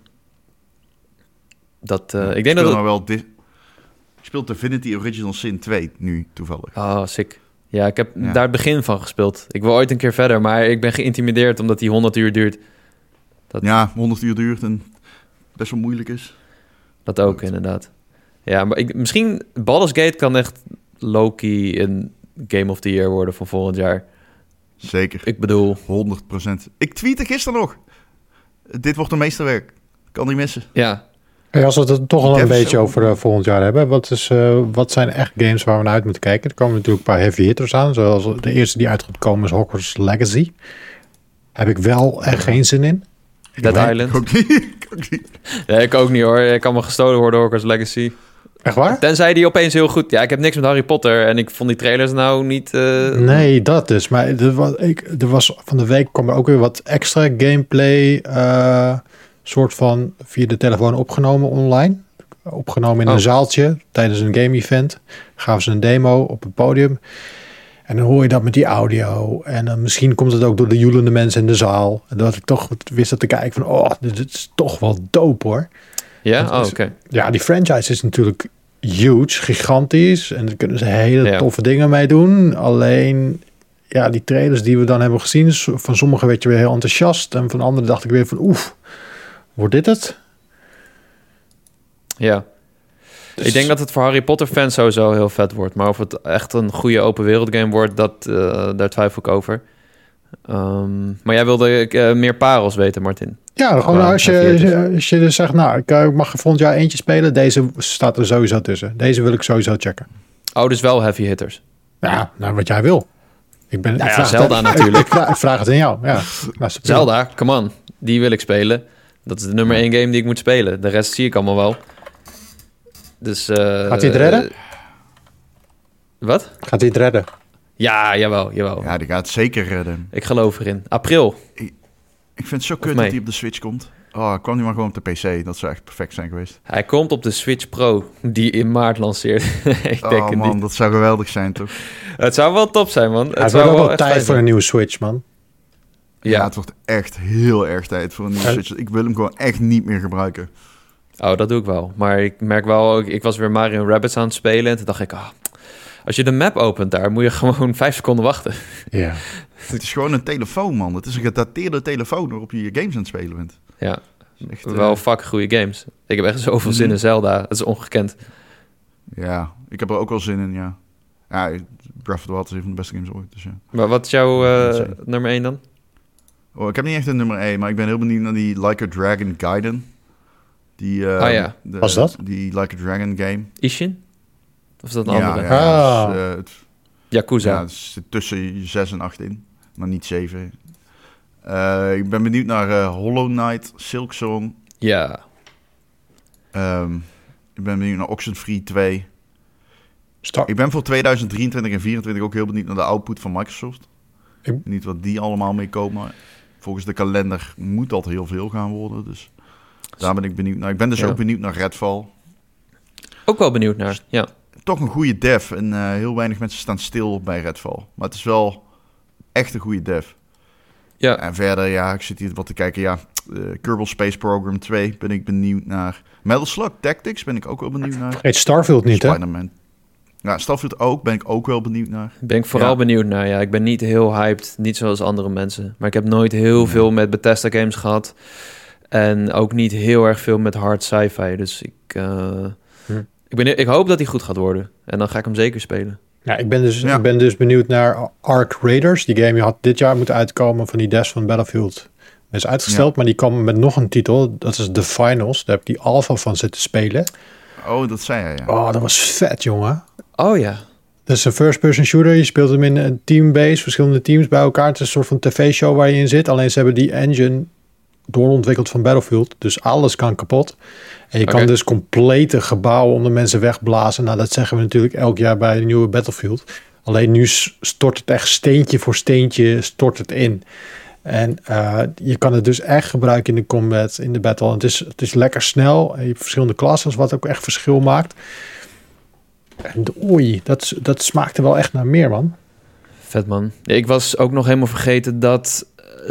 Dat, uh, Ja, ik denk speel dat... nou wel di- ik speel Divinity Original Sin twee nu, toevallig. Oh, sick. Ja, ik heb Ja. daar het begin van gespeeld. Ik wil ooit een keer verder, maar ik ben geïntimideerd omdat die honderd uur duurt. Dat, Ja, honderd uur duurt en best wel moeilijk is. dat ook, inderdaad. Ja, maar ik, misschien Baldur's Gate kan echt low-key een Game of the Year worden van volgend jaar. Zeker, Ik bedoel, honderd procent. Ik tweette gisteren nog. Dit wordt een meesterwerk. Kan niet missen. ja, Hey, als we het toch al Die een devs beetje zo- over uh, volgend jaar hebben. Wat, is, uh, wat zijn echt games waar we naar uit moeten kijken? Er komen natuurlijk een paar heavy hitters aan. Zoals de eerste die uit gaat komen is Hogwarts Legacy. Heb ik wel echt geen zin in. Dead weet- Island. Ik ook niet. Ik ook niet. Ja, ik ook niet hoor. Ik kan me gestolen worden, Hogwarts Legacy. Echt waar? Tenzij die opeens heel goed... Ja, ik heb niks met Harry Potter en ik vond die trailers nou niet... uh, Nee, dat dus. Maar er was, ik, er was van de week kwam er ook weer wat extra gameplay. Uh, soort van via de telefoon opgenomen online. opgenomen in Oh. een zaaltje tijdens een game-event. Gaven ze een demo op het podium. En dan hoor je dat met die audio. En dan misschien komt het ook door de joelende mensen in de zaal. En dat ik toch wist dat te kijken van, oh, dit is toch wel dope hoor. Ja? Dat Oh, is- oké. Ja, die franchise is natuurlijk huge, gigantisch. En daar kunnen ze hele Ja. toffe dingen mee doen. Alleen, ja, die trailers die we dan hebben gezien, van sommigen werd je weer heel enthousiast. En van anderen dacht ik weer van, oef, wordt dit het? Ja. Dus- Ik denk dat het voor Harry Potter fans sowieso heel vet wordt. Maar of het echt een goede open wereld game wordt, dat, eh, daar twijfel ik over. Ehm, maar jij wilde eh, meer parels weten, Martin. Ja, gewoon Qua als je, veertig. als je dus zegt, nou, ik eh, mag er volgend jaar eentje spelen. Deze staat er sowieso tussen. Deze wil ik sowieso checken. Oh, dus wel heavy hitters. Ja, nou, wat jij wil. Ik ben, Nou ik ja, vraag Zelda het, natuurlijk. Ik, vraag, ik vraag het aan jou. Ja. Nou, is het Zelda, come on. Die wil ik spelen. Dat is de nummer één game die ik moet spelen. De rest zie ik allemaal wel. Dus, eh, Gaat hij het redden? Wat? Gaat hij het redden? Ja, jawel, jawel. Ja, die gaat het zeker redden. Ik geloof erin. April. Ik vind het zo kut mee. dat hij op de Switch komt. Oh, kwam die maar gewoon op de P C. Dat zou echt perfect zijn geweest. Hij komt op de Switch Pro, die in maart lanceert. ik denk Oh het man, niet. dat zou geweldig zijn, toch? Het zou wel top zijn, man. Het Het zou wordt ook wel echt tijd fijn voor zijn. een nieuwe Switch, man. Ja. Ja. het wordt echt heel erg tijd voor een nieuwe En- Switch. Ik wil hem gewoon echt niet meer gebruiken. Oh, dat doe ik wel. Maar ik merk wel, ik, ik was weer Mario Rabbids aan het spelen. En toen dacht ik, ah, als je de map opent daar, moet je gewoon vijf seconden wachten. Ja. Het is gewoon een telefoon, man. Het is een gedateerde telefoon waarop je je games aan het spelen bent. Ja, Het is echt, eh, wel fucking goede games. Ik heb echt zoveel zin Mhm. in Zelda. Het is ongekend. Ja, ik heb er ook wel zin in, ja. Ja, Breath of the Wild is een van de beste games ooit, dus ja. Maar wat is jouw eh, Dat is- nummer één dan? Oh, ik heb niet echt een nummer één, maar ik ben heel benieuwd naar die Like a Dragon Gaiden. Die, eh, Ah, ja. de- Was dat? Die Like a Dragon game. Ishin? Of is dat een Ja, andere? ja, Ah. dus, eh, het, Yakuza. ja, het zit tussen zes en acht in, maar niet zeven. Eh, ik ben benieuwd naar eh, Hollow Knight, Silksong. Ja. Ehm, ik ben benieuwd naar Oxenfree twee. Star- Ik ben voor tweeduizend drieëntwintig en tweeënveertig ook heel benieuwd naar de output van Microsoft. Ik- Niet wat die allemaal mee komen. Volgens de kalender moet dat heel veel gaan worden. Dus daar ben ik benieuwd naar. Ik ben dus Ja. ook benieuwd naar Redfall. Ook wel benieuwd naar. Ja. Toch een goede dev. En eh, heel weinig mensen staan stil bij Redfall. Maar het is wel echt een goede dev. Ja. En verder, ja, ik zit hier wat te kijken. Ja, eh, Kerbal Space Program twee ben ik benieuwd naar. Metal Slug Tactics ben ik ook wel benieuwd naar. Heet Starfield niet, hè? Spider-Man. Ja, Starfield ook ben ik ook wel benieuwd naar. Ben ik vooral Ja. benieuwd naar. Ja, ik ben niet heel hyped. Niet zoals andere mensen. Maar ik heb nooit heel Ja. veel met Bethesda games gehad. En ook niet heel erg veel met hard sci-fi. Dus ik, eh, Hm. ik, ben, ik hoop dat hij goed gaat worden. En dan ga ik hem zeker spelen. Ja, ik ben, dus, Ja. ik ben dus benieuwd naar Ark Raiders. Die game die had dit jaar moeten uitkomen van die devs van Battlefield. Dat is uitgesteld, Ja. maar die komen met nog een titel. Dat is The Finals. Daar heb ik die alpha van zitten spelen. Oh, dat zei hij, ja. Oh, dat was vet, jongen. Oh ja. Dat is een first-person shooter. Je speelt hem in een teambase, verschillende teams bij elkaar. Het is een soort van tv-show waar je in zit. Alleen ze hebben die engine doorontwikkeld van Battlefield. Dus alles kan kapot. En je Oké. kan dus complete gebouwen onder mensen wegblazen. Nou, dat zeggen we natuurlijk elk jaar bij de nieuwe Battlefield. Alleen nu s- stort het echt steentje voor steentje stort het in. En uh, je kan het dus echt gebruiken in de combat, in de battle. En het is, het is lekker snel. En je hebt verschillende klassen, wat ook echt verschil maakt. En oei, dat, dat smaakte wel echt naar meer, man. Vet man. Ja, ik was ook nog helemaal vergeten dat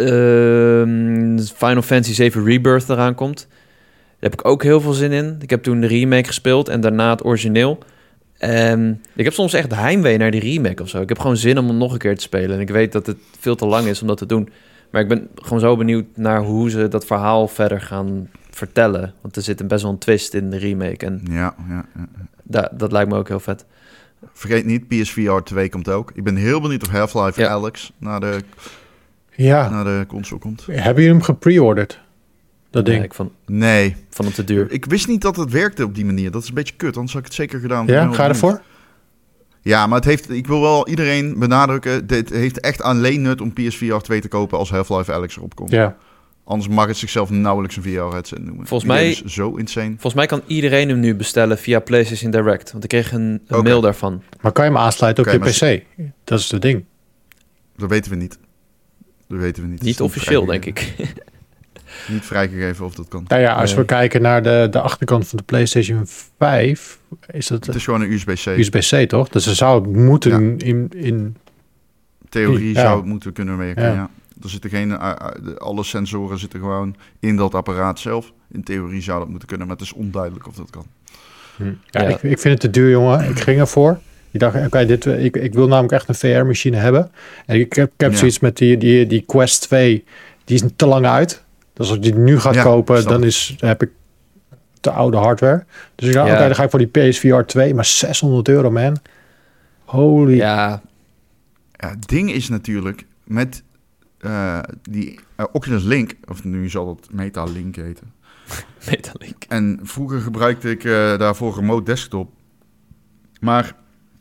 ehm, Final Fantasy zeven Rebirth eraan komt. Daar heb ik ook heel veel zin in. Ik heb toen de remake gespeeld en daarna het origineel. En ik heb soms echt heimwee naar die remake of zo. Ik heb gewoon zin om hem nog een keer te spelen. En ik weet dat het veel te lang is om dat te doen. Maar ik ben gewoon zo benieuwd naar hoe ze dat verhaal verder gaan vertellen. Want er zit een best wel een twist in de remake. En Ja, ja, ja. da- dat lijkt me ook heel vet. Vergeet niet, P S V R twee komt ook. Ik ben heel benieuwd of Half-Life Ja. Alyx naar de, Ja, naar de console komt. hebben jullie hem gepre-orderd? Dat ding. Ja, ik vond, Nee, vond het te duur. ik wist niet dat het werkte op die manier. Dat is een beetje kut, anders had ik het zeker gedaan. Ik ben Ja, wel ga je benieuwd. ervoor? Ja, maar het heeft, ik wil wel iedereen benadrukken, dit heeft echt alleen nut om P S V R twee te kopen als Half-Life Alyx erop komt. Ja. Anders mag het zichzelf nauwelijks een V R-headset noemen. Volgens Die game mij- is zo insane. Volgens mij kan iedereen hem nu bestellen via PlayStation Direct. Want ik kreeg een, een Oké. mail daarvan. Maar kan je hem aansluiten op Oké, je P C? Dat is het ding. Dat weten we niet. Dat weten we niet. Niet Dat is officieel, vrij- denk ik. niet vrijgegeven of dat kan. Nou ja, als Nee. we kijken naar de, de achterkant van de PlayStation vijf, is dat Het is gewoon een U S B C. U S B C toch? Dus er zou het moeten in, in... Theorie Ja. zou het moeten kunnen werken, ja. Ja. Er zitten geen, uh, uh, de- alle sensoren zitten gewoon in dat apparaat zelf. In theorie zou dat moeten kunnen, maar het is onduidelijk of dat kan. Hm. Ja, Ja. Ik, ik vind het te duur, jongen. Ik ging ervoor. Ik dacht, oké, dit, ik, ik wil namelijk echt een V R-machine hebben. En ik heb, ik heb Ja. zoiets met die, die, die Quest twee, die is te lang uit. Dus als ik die nu ga Ja, kopen, snap dan, ik. is, dan heb ik te oude hardware. Dus ik dacht, Ja. oké, dan ga ik voor die P S V R twee, maar zeshonderd euro, man. Holy... Ja, Ja, het ding is natuurlijk, met uh, die uh, Oculus Link, of nu zal het Meta Link heten. Metalink. En vroeger gebruikte ik uh, daarvoor remote desktop. Maar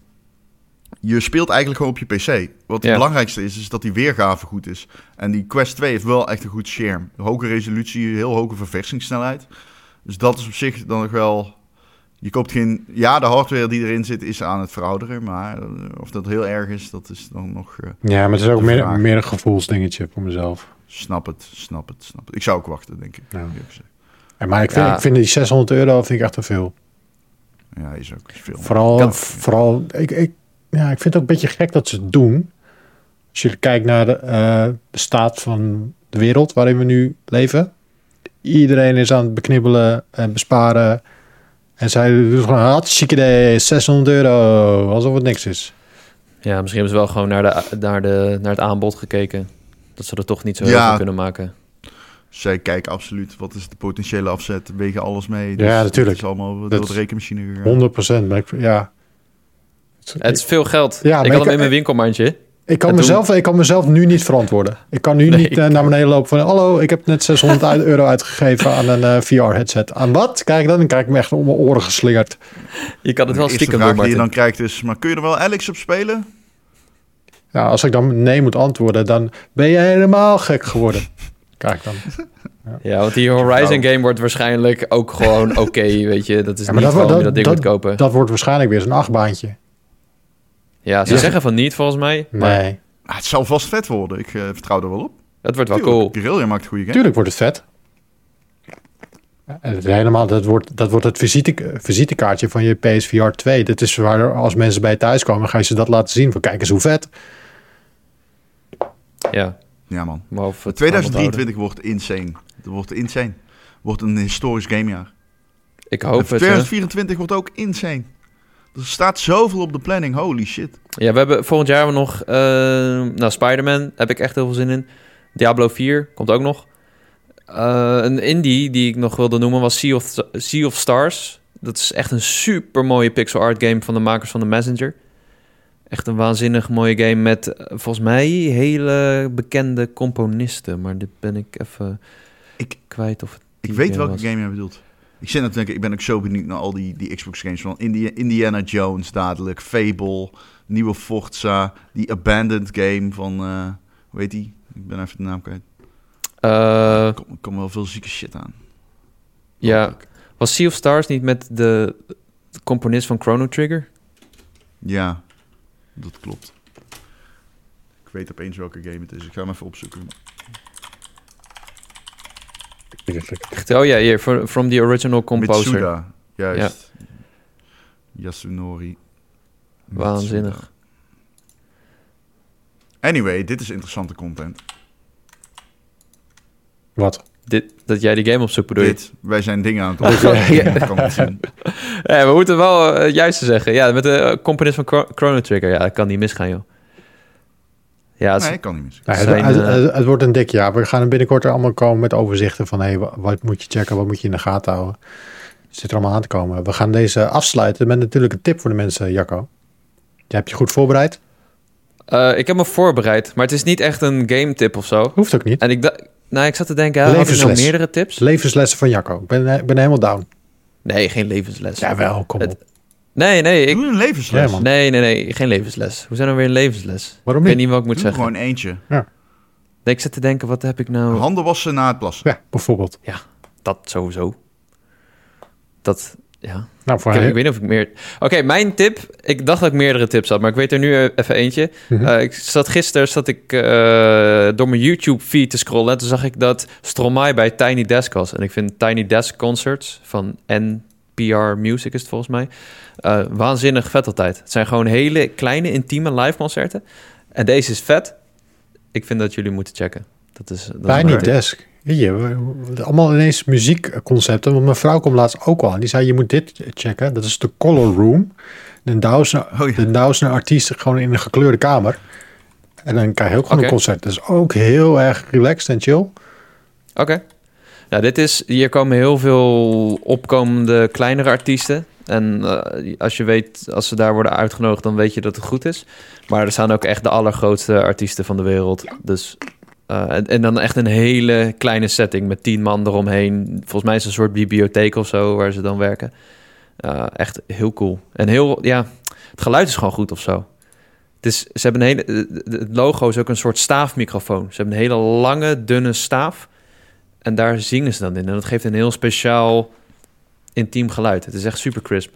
je speelt eigenlijk gewoon op je P C. Wat het Ja. belangrijkste is, is dat die weergave goed is. En die Quest twee heeft wel echt een goed scherm. Hoge resolutie, heel hoge verversingssnelheid. Dus dat is op zich dan nog wel... Je koopt geen... Ja, de hardware die erin zit is aan het verouderen. Maar uh, of dat heel erg is, dat is dan nog... Uh, Ja, maar het is ook de meer, vraag. meer een gevoelsdingetje voor mezelf. snap het, snap het, snap het. Ik zou ook wachten, denk ik. Ja. eerlijk gezegd. Ja, maar ik vind, Ja. ik vind die zeshonderd euro vind ik echt te veel. Ja, is ook veel. Vooral, Kan- vooral ik, ik, ja, ik vind het ook een beetje gek dat ze het doen. Als je kijkt naar de, eh, de staat van de wereld waarin we nu leven. Iedereen is aan het beknibbelen en besparen. En zij doen gewoon hartstikke idee, zeshonderd euro, alsof het niks is. Ja, misschien hebben ze wel gewoon naar, de, naar, de, naar het aanbod gekeken. Dat ze er toch niet zo heel Ja. veel kunnen maken. Zij kijken absoluut, wat is de potentiële afzet, wegen alles mee. Dus Ja, natuurlijk. Het is allemaal door Dat de is rekenmachine gegaan. honderd procent. Maar ik, ja. Het is veel geld. Ja, maar ik had ik- hem in mijn winkelmandje. Ik kan, En toen- mezelf, ik kan mezelf nu niet verantwoorden. Ik kan nu Nee, niet uh, ik- naar beneden lopen van... Hallo, ik heb net zeshonderd euro uitgegeven aan een uh, V R-headset. Aan wat? Kijk dan, dan krijg ik me echt om mijn oren geslingerd. Je kan het wel de eerste stiekem vraag doen, die je Martin. dan krijgt is, maar kun je er wel Alex op spelen? Ja, als ik dan nee moet antwoorden, dan ben je helemaal gek geworden. Kijk dan. Ja, want die Horizon game wordt waarschijnlijk ook gewoon oké, weet je. Dat is Ja, maar niet dat, waarom je dat, dat ding dat, moet kopen. dat wordt waarschijnlijk weer zo'n achtbaantje. ja, ze Ja. zeggen van niet, volgens mij. Maar Nee, Ah, het zal vast vet worden, ik uh, vertrouw er wel op. het wordt wel Tuurlijk, cool. Guerrilla maakt een goede game. tuurlijk wordt het vet. Ja, en het is helemaal, dat, wordt, dat wordt het visite, visitekaartje van je P S V R twee. Dat is waar als mensen bij je thuis komen, ga je ze dat laten zien. Van kijk eens hoe vet. Ja, Ja man. maar of het tweeduizend aanbod drieëntwintig wordt insane. Het wordt insane. Wordt een historisch gamejaar. houden. Ik En hoop het, hè. tweeduizend vierentwintig wordt ook insane. Er staat zoveel op de planning, holy shit. Ja, we hebben volgend jaar hebben we nog... eh, nou, Spider-Man heb ik echt heel veel zin in. Diablo vier komt ook nog. Eh, een indie die ik nog wilde noemen was Sea of, sea of Stars. Dat is echt een super mooie pixel art game van de makers van The Messenger. Echt een waanzinnig mooie game met eh, volgens mij hele bekende componisten. Maar dit ben ik even Ik- kwijt of het Ik die weet game welke was. game je bedoelt. Ik zit natuurlijk, ik ben ook zo benieuwd naar al die, die Xbox games van Indi- Indiana Jones dadelijk, Fable, nieuwe Forza, die Abandoned game van, uh, hoe heet die? Ik ben even de naam kwijt. Eh, Er komt er komt wel veel zieke shit aan. ja, Hopelijk. was Sea of Stars niet met de, de componist van Chrono Trigger? Ja, dat klopt. Ik weet opeens welke game het is. Ik ga hem even opzoeken. Echt, oh ja, hier, from, from the original composer. Mitsuda, juist. Yasunori. Mitsuda. Waanzinnig. Anyway, dit is interessante content. Wat? Dit, dat jij die game opzoekt, bedoel je? Dit, wij zijn dingen aan het opzoeken. Ja. Ik kan het zien. Ja, we moeten wel uh, het juiste zeggen. Ja, met de uh, componist van Chro- Chrono Trigger. Ja, dat kan niet misgaan, joh. Ja, het is- Nee, ik kan niet mis. Nou, het, Zijn, het, eh, het, het wordt een dik jaar. We gaan er binnenkort er allemaal komen met overzichten van... Hey, wa- wat moet je checken, wat moet je in de gaten houden. Het zit er allemaal aan te komen. We gaan deze afsluiten met natuurlijk een tip voor de mensen, Jacco. Je hebt je goed voorbereid? uh, ik heb me voorbereid, maar het is niet echt een game tip of zo. Hoeft ook niet. En ik dacht... Nou, ik zat te denken, had ik nou Levensles. meerdere tips? Levenslessen van Jacco. Ik ben, ik ben helemaal down. Nee, geen levensles. Jawel, kom Het- op. Nee, nee, ik... Doe een levensles. Ja, man. Nee, nee, nee, geen levensles. Hoe zijn er weer een levensles? Waarom Ik weet niet? niet wat ik moet Doe zeggen. gewoon eentje. Nee, ik zit te denken, wat heb ik nou... Handen wassen na het plassen. Ja, bijvoorbeeld. Dat sowieso. Dat... Ja. Nou, voor Ik, hij... ik weet niet of ik meer... Oké, okay, mijn tip... Ik dacht dat ik meerdere tips had, maar ik weet er nu even eentje. Mm-hmm. Uh, ik zat gisteren zat ik uh, door mijn YouTube-feed te scrollen... en toen zag ik dat Stromae bij Tiny Desk was. En ik vind Tiny Desk Concerts van N P R Music is het volgens mij... Uh, waanzinnig vet altijd. Het zijn gewoon hele kleine, intieme live concerten. En deze is vet. Ik vind dat jullie moeten checken. Dat is, dat Tiny is Desk. Weet je, we, we, allemaal ineens muziekconcepten. Want mijn vrouw kwam laatst ook al aan. Die zei, je moet dit checken. Dat is de Color Room. Dan douwen ze, Oh ja. dan douwen ze een artiest gewoon in een gekleurde kamer. En dan krijg je ook gewoon Okay. een concert. Dat is ook heel erg relaxed en chill. Oké. Okay. Nou, dit is... Hier komen heel veel opkomende kleinere artiesten. En uh, als je weet... Als ze daar worden uitgenodigd... dan weet je dat het goed is. Maar er staan ook echt de allergrootste artiesten van de wereld. Dus... Uh, en, en dan echt een hele kleine setting met tien man eromheen. Volgens mij is het een soort bibliotheek of zo waar ze dan werken. Uh, echt heel cool. En heel, ja, het geluid is gewoon goed of zo. Het, is, ze hebben een hele, het logo is ook een soort staafmicrofoon. Ze hebben een hele lange, dunne staaf. En daar zingen ze dan in. En dat geeft een heel speciaal, intiem geluid. Het is echt super crisp.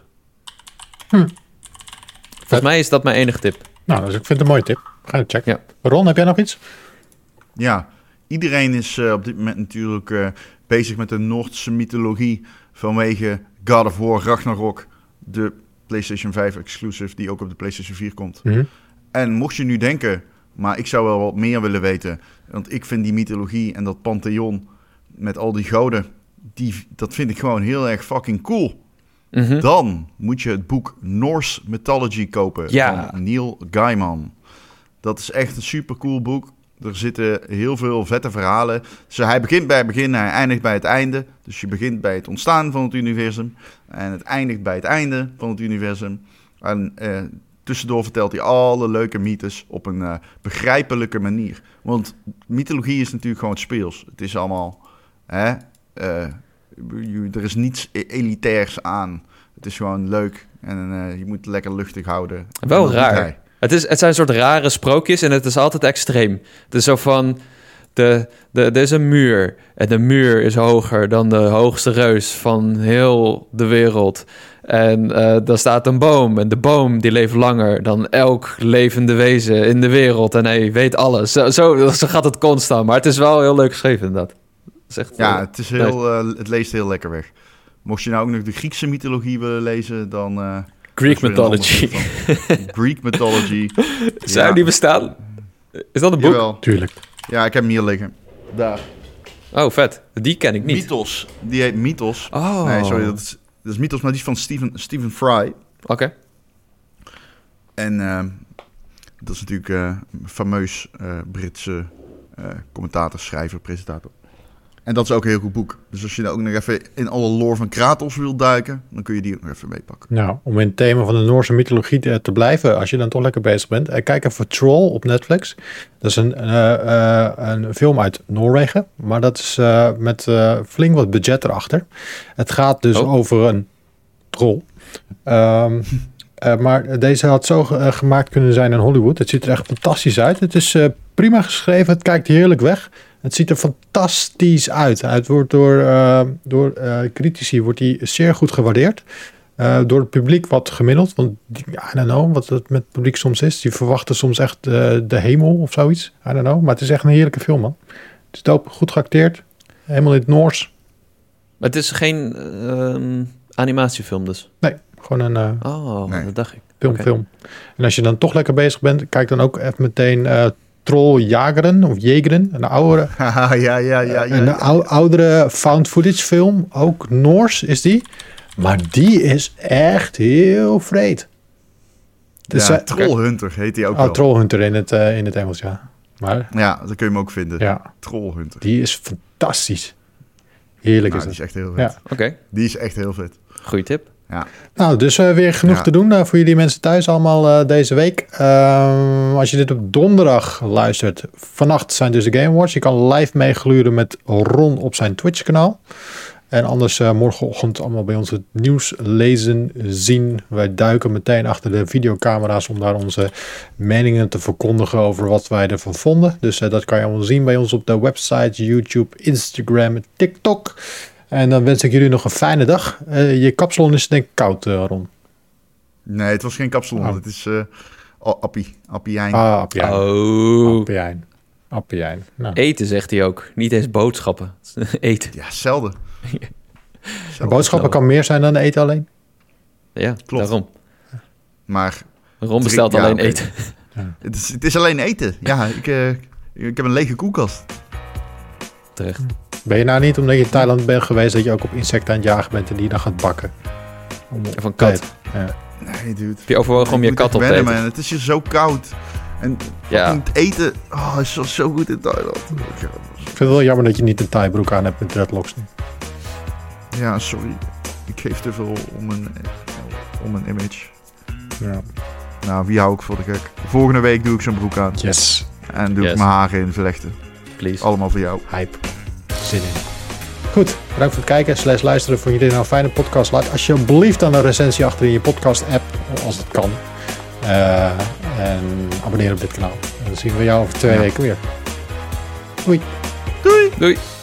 Hm. Volgens mij is dat mijn enige tip. Nou, dus ik vind het een mooie tip. Ga je checken. Ja. Ron, heb jij nog iets? Ja, iedereen is uh, op dit moment natuurlijk uh, bezig met de Noordse mythologie vanwege God of War Ragnarok, de PlayStation vijf exclusive die ook op de PlayStation vier komt. Mm-hmm. En mocht je nu denken, maar ik zou wel wat meer willen weten, want ik vind die mythologie en dat pantheon met al die goden, die, dat vind ik gewoon heel erg fucking cool. Mm-hmm. Dan moet je het boek Norse Mythology kopen Ja. van Neil Gaiman. Dat is echt een super cool boek. Er zitten heel veel vette verhalen. Dus hij begint bij het begin en hij eindigt bij het einde. Dus je begint bij het ontstaan van het universum. En het eindigt bij het einde van het universum. En eh, tussendoor vertelt hij alle leuke mythes op een uh, begrijpelijke manier. Want mythologie is natuurlijk gewoon speels. Het is allemaal... Hè, uh, er is niets elitairs aan. Het is gewoon leuk. En uh, je moet het lekker luchtig houden. Wel raar. Het, is, het zijn een soort rare sprookjes en het is altijd extreem. Het is zo van, de, de, er is een muur en de muur is hoger dan de hoogste reus van heel de wereld. En uh, dan staat een boom en de boom die leeft langer dan elk levende wezen in de wereld. En hij weet alles. Zo, zo, zo gaat het constant, maar het is wel heel leuk geschreven inderdaad. Het is echt, ja, uh, het, is heel, uh, het leest heel lekker weg. Mocht je nou ook nog de Griekse mythologie willen lezen, dan... Uh, Greek mythology. Greek mythology. Zou ja. die bestaan? Is dat een boek? Jawel. Tuurlijk. Ja, ik heb hem hier liggen. Daar. Oh, vet. Die ken ik niet. Mythos. Die heet Mythos. Oh. Nee, sorry. Dat is, dat is Mythos, maar die is van Stephen, Stephen Fry. Oké. Okay. En uh, dat is natuurlijk uh, een fameus uh, Britse uh, commentator, schrijver, presentator. En dat is ook een heel goed boek. Dus als je nou ook nog even in alle lore van Kratos wilt duiken, dan kun je die ook nog even meepakken. Nou, om in het thema van de Noorse mythologie te, te blijven, als je dan toch lekker bezig bent, uh, kijk even Troll op Netflix. Dat is een, uh, uh, een film uit Noorwegen, maar dat is uh, met uh, flink wat budget erachter. Het gaat dus oh. over een troll. Um, uh, maar deze had zo uh, gemaakt kunnen zijn in Hollywood. Het ziet er echt fantastisch uit. Het is uh, prima geschreven, het kijkt heerlijk weg. Het ziet er fantastisch uit. Het wordt door, uh, door uh, critici wordt die zeer goed gewaardeerd. Uh, door het publiek wat gemiddeld. Want die, I don't know wat het met het publiek soms is. Die verwachten soms echt uh, de hemel of zoiets. I don't know. Maar het is echt een heerlijke film, man. Het is dope, goed geacteerd. Helemaal in het Noors. Maar het is geen uh, animatiefilm dus? Nee, gewoon een uh, oh, nee. dat dacht ik. Film, okay. film. En als je dan toch lekker bezig bent, kijk dan ook even meteen... Uh, Trolljageren of Jegeren, een oudere, ja, ja, ja, ja, een ja. ou- oudere found footage film, ook Noors is die, maar die is echt heel vreed. Dus, ja, uh, Trollhunter heet die ook oh, wel. Trollhunter in het, uh, in het Engels, ja. Maar, ja, daar kun je hem ook vinden. Ja. Trollhunter. Die is fantastisch. Heerlijk nou, is die dat. is echt heel vet. Ja. Okay. Die is echt heel vet. Goeie tip. Ja. Nou, dus uh, weer genoeg ja. te doen uh, voor jullie mensen thuis allemaal uh, deze week. Uh, als je dit op donderdag luistert, vannacht zijn dus de Game Awards. Je kan live meegluren met Ron op zijn Twitch kanaal. En anders uh, morgenochtend allemaal bij ons het nieuws lezen, zien. Wij duiken meteen achter de videocamera's om daar onze meningen te verkondigen over wat wij ervan vonden. Dus uh, dat kan je allemaal zien bij ons op de website, YouTube, Instagram, TikTok. En dan wens ik jullie nog een fijne dag. Uh, je kapsalon is denk ik koud, uh, Ron. Nee, het was geen kapsalon. Oh. Het is uh, Appie. Appiijn. Ah, Appiijn. Oh. Appiijn. Appiijn. Nou. Eten, zegt hij ook. Niet eens boodschappen. Eten. Ja, zelden. zelden. Boodschappen kan meer zijn dan eten alleen? Ja, klopt. Daarom. Maar... Ron bestelt ja, alleen okay. eten. Ja. Het, is, het is alleen eten. Ja, ik, uh, ik heb een lege koelkast. Terecht. Ben je nou niet, omdat je in Thailand bent geweest, dat je ook op insecten aan het jagen bent en die dan gaat bakken? Om... Van kat. Ja. Nee, dude. Heb je overwogen om je kat op te eten? Man. Het is hier zo koud. En ja. het eten, oh, is zo, zo goed in Thailand. Ik vind het wel jammer dat je niet een Thai broek aan hebt met dreadlocks nu. Ja, sorry. Ik geef te veel om een, om een image. Ja. Nou, wie hou ik voor de gek? Volgende week doe ik zo'n broek aan. Yes. En doe yes. ik mijn haren in vlechten. Please. Allemaal voor jou. Hype. Zin in. Goed, bedankt voor het kijken slash luisteren. Vond je dit nou een fijne podcast? Laat alsjeblieft dan een recensie achter in je podcast app, als het kan. Uh, en abonneer op dit kanaal. En dan zien we jou over twee ja. weken weer. Doei. Doei. Doei.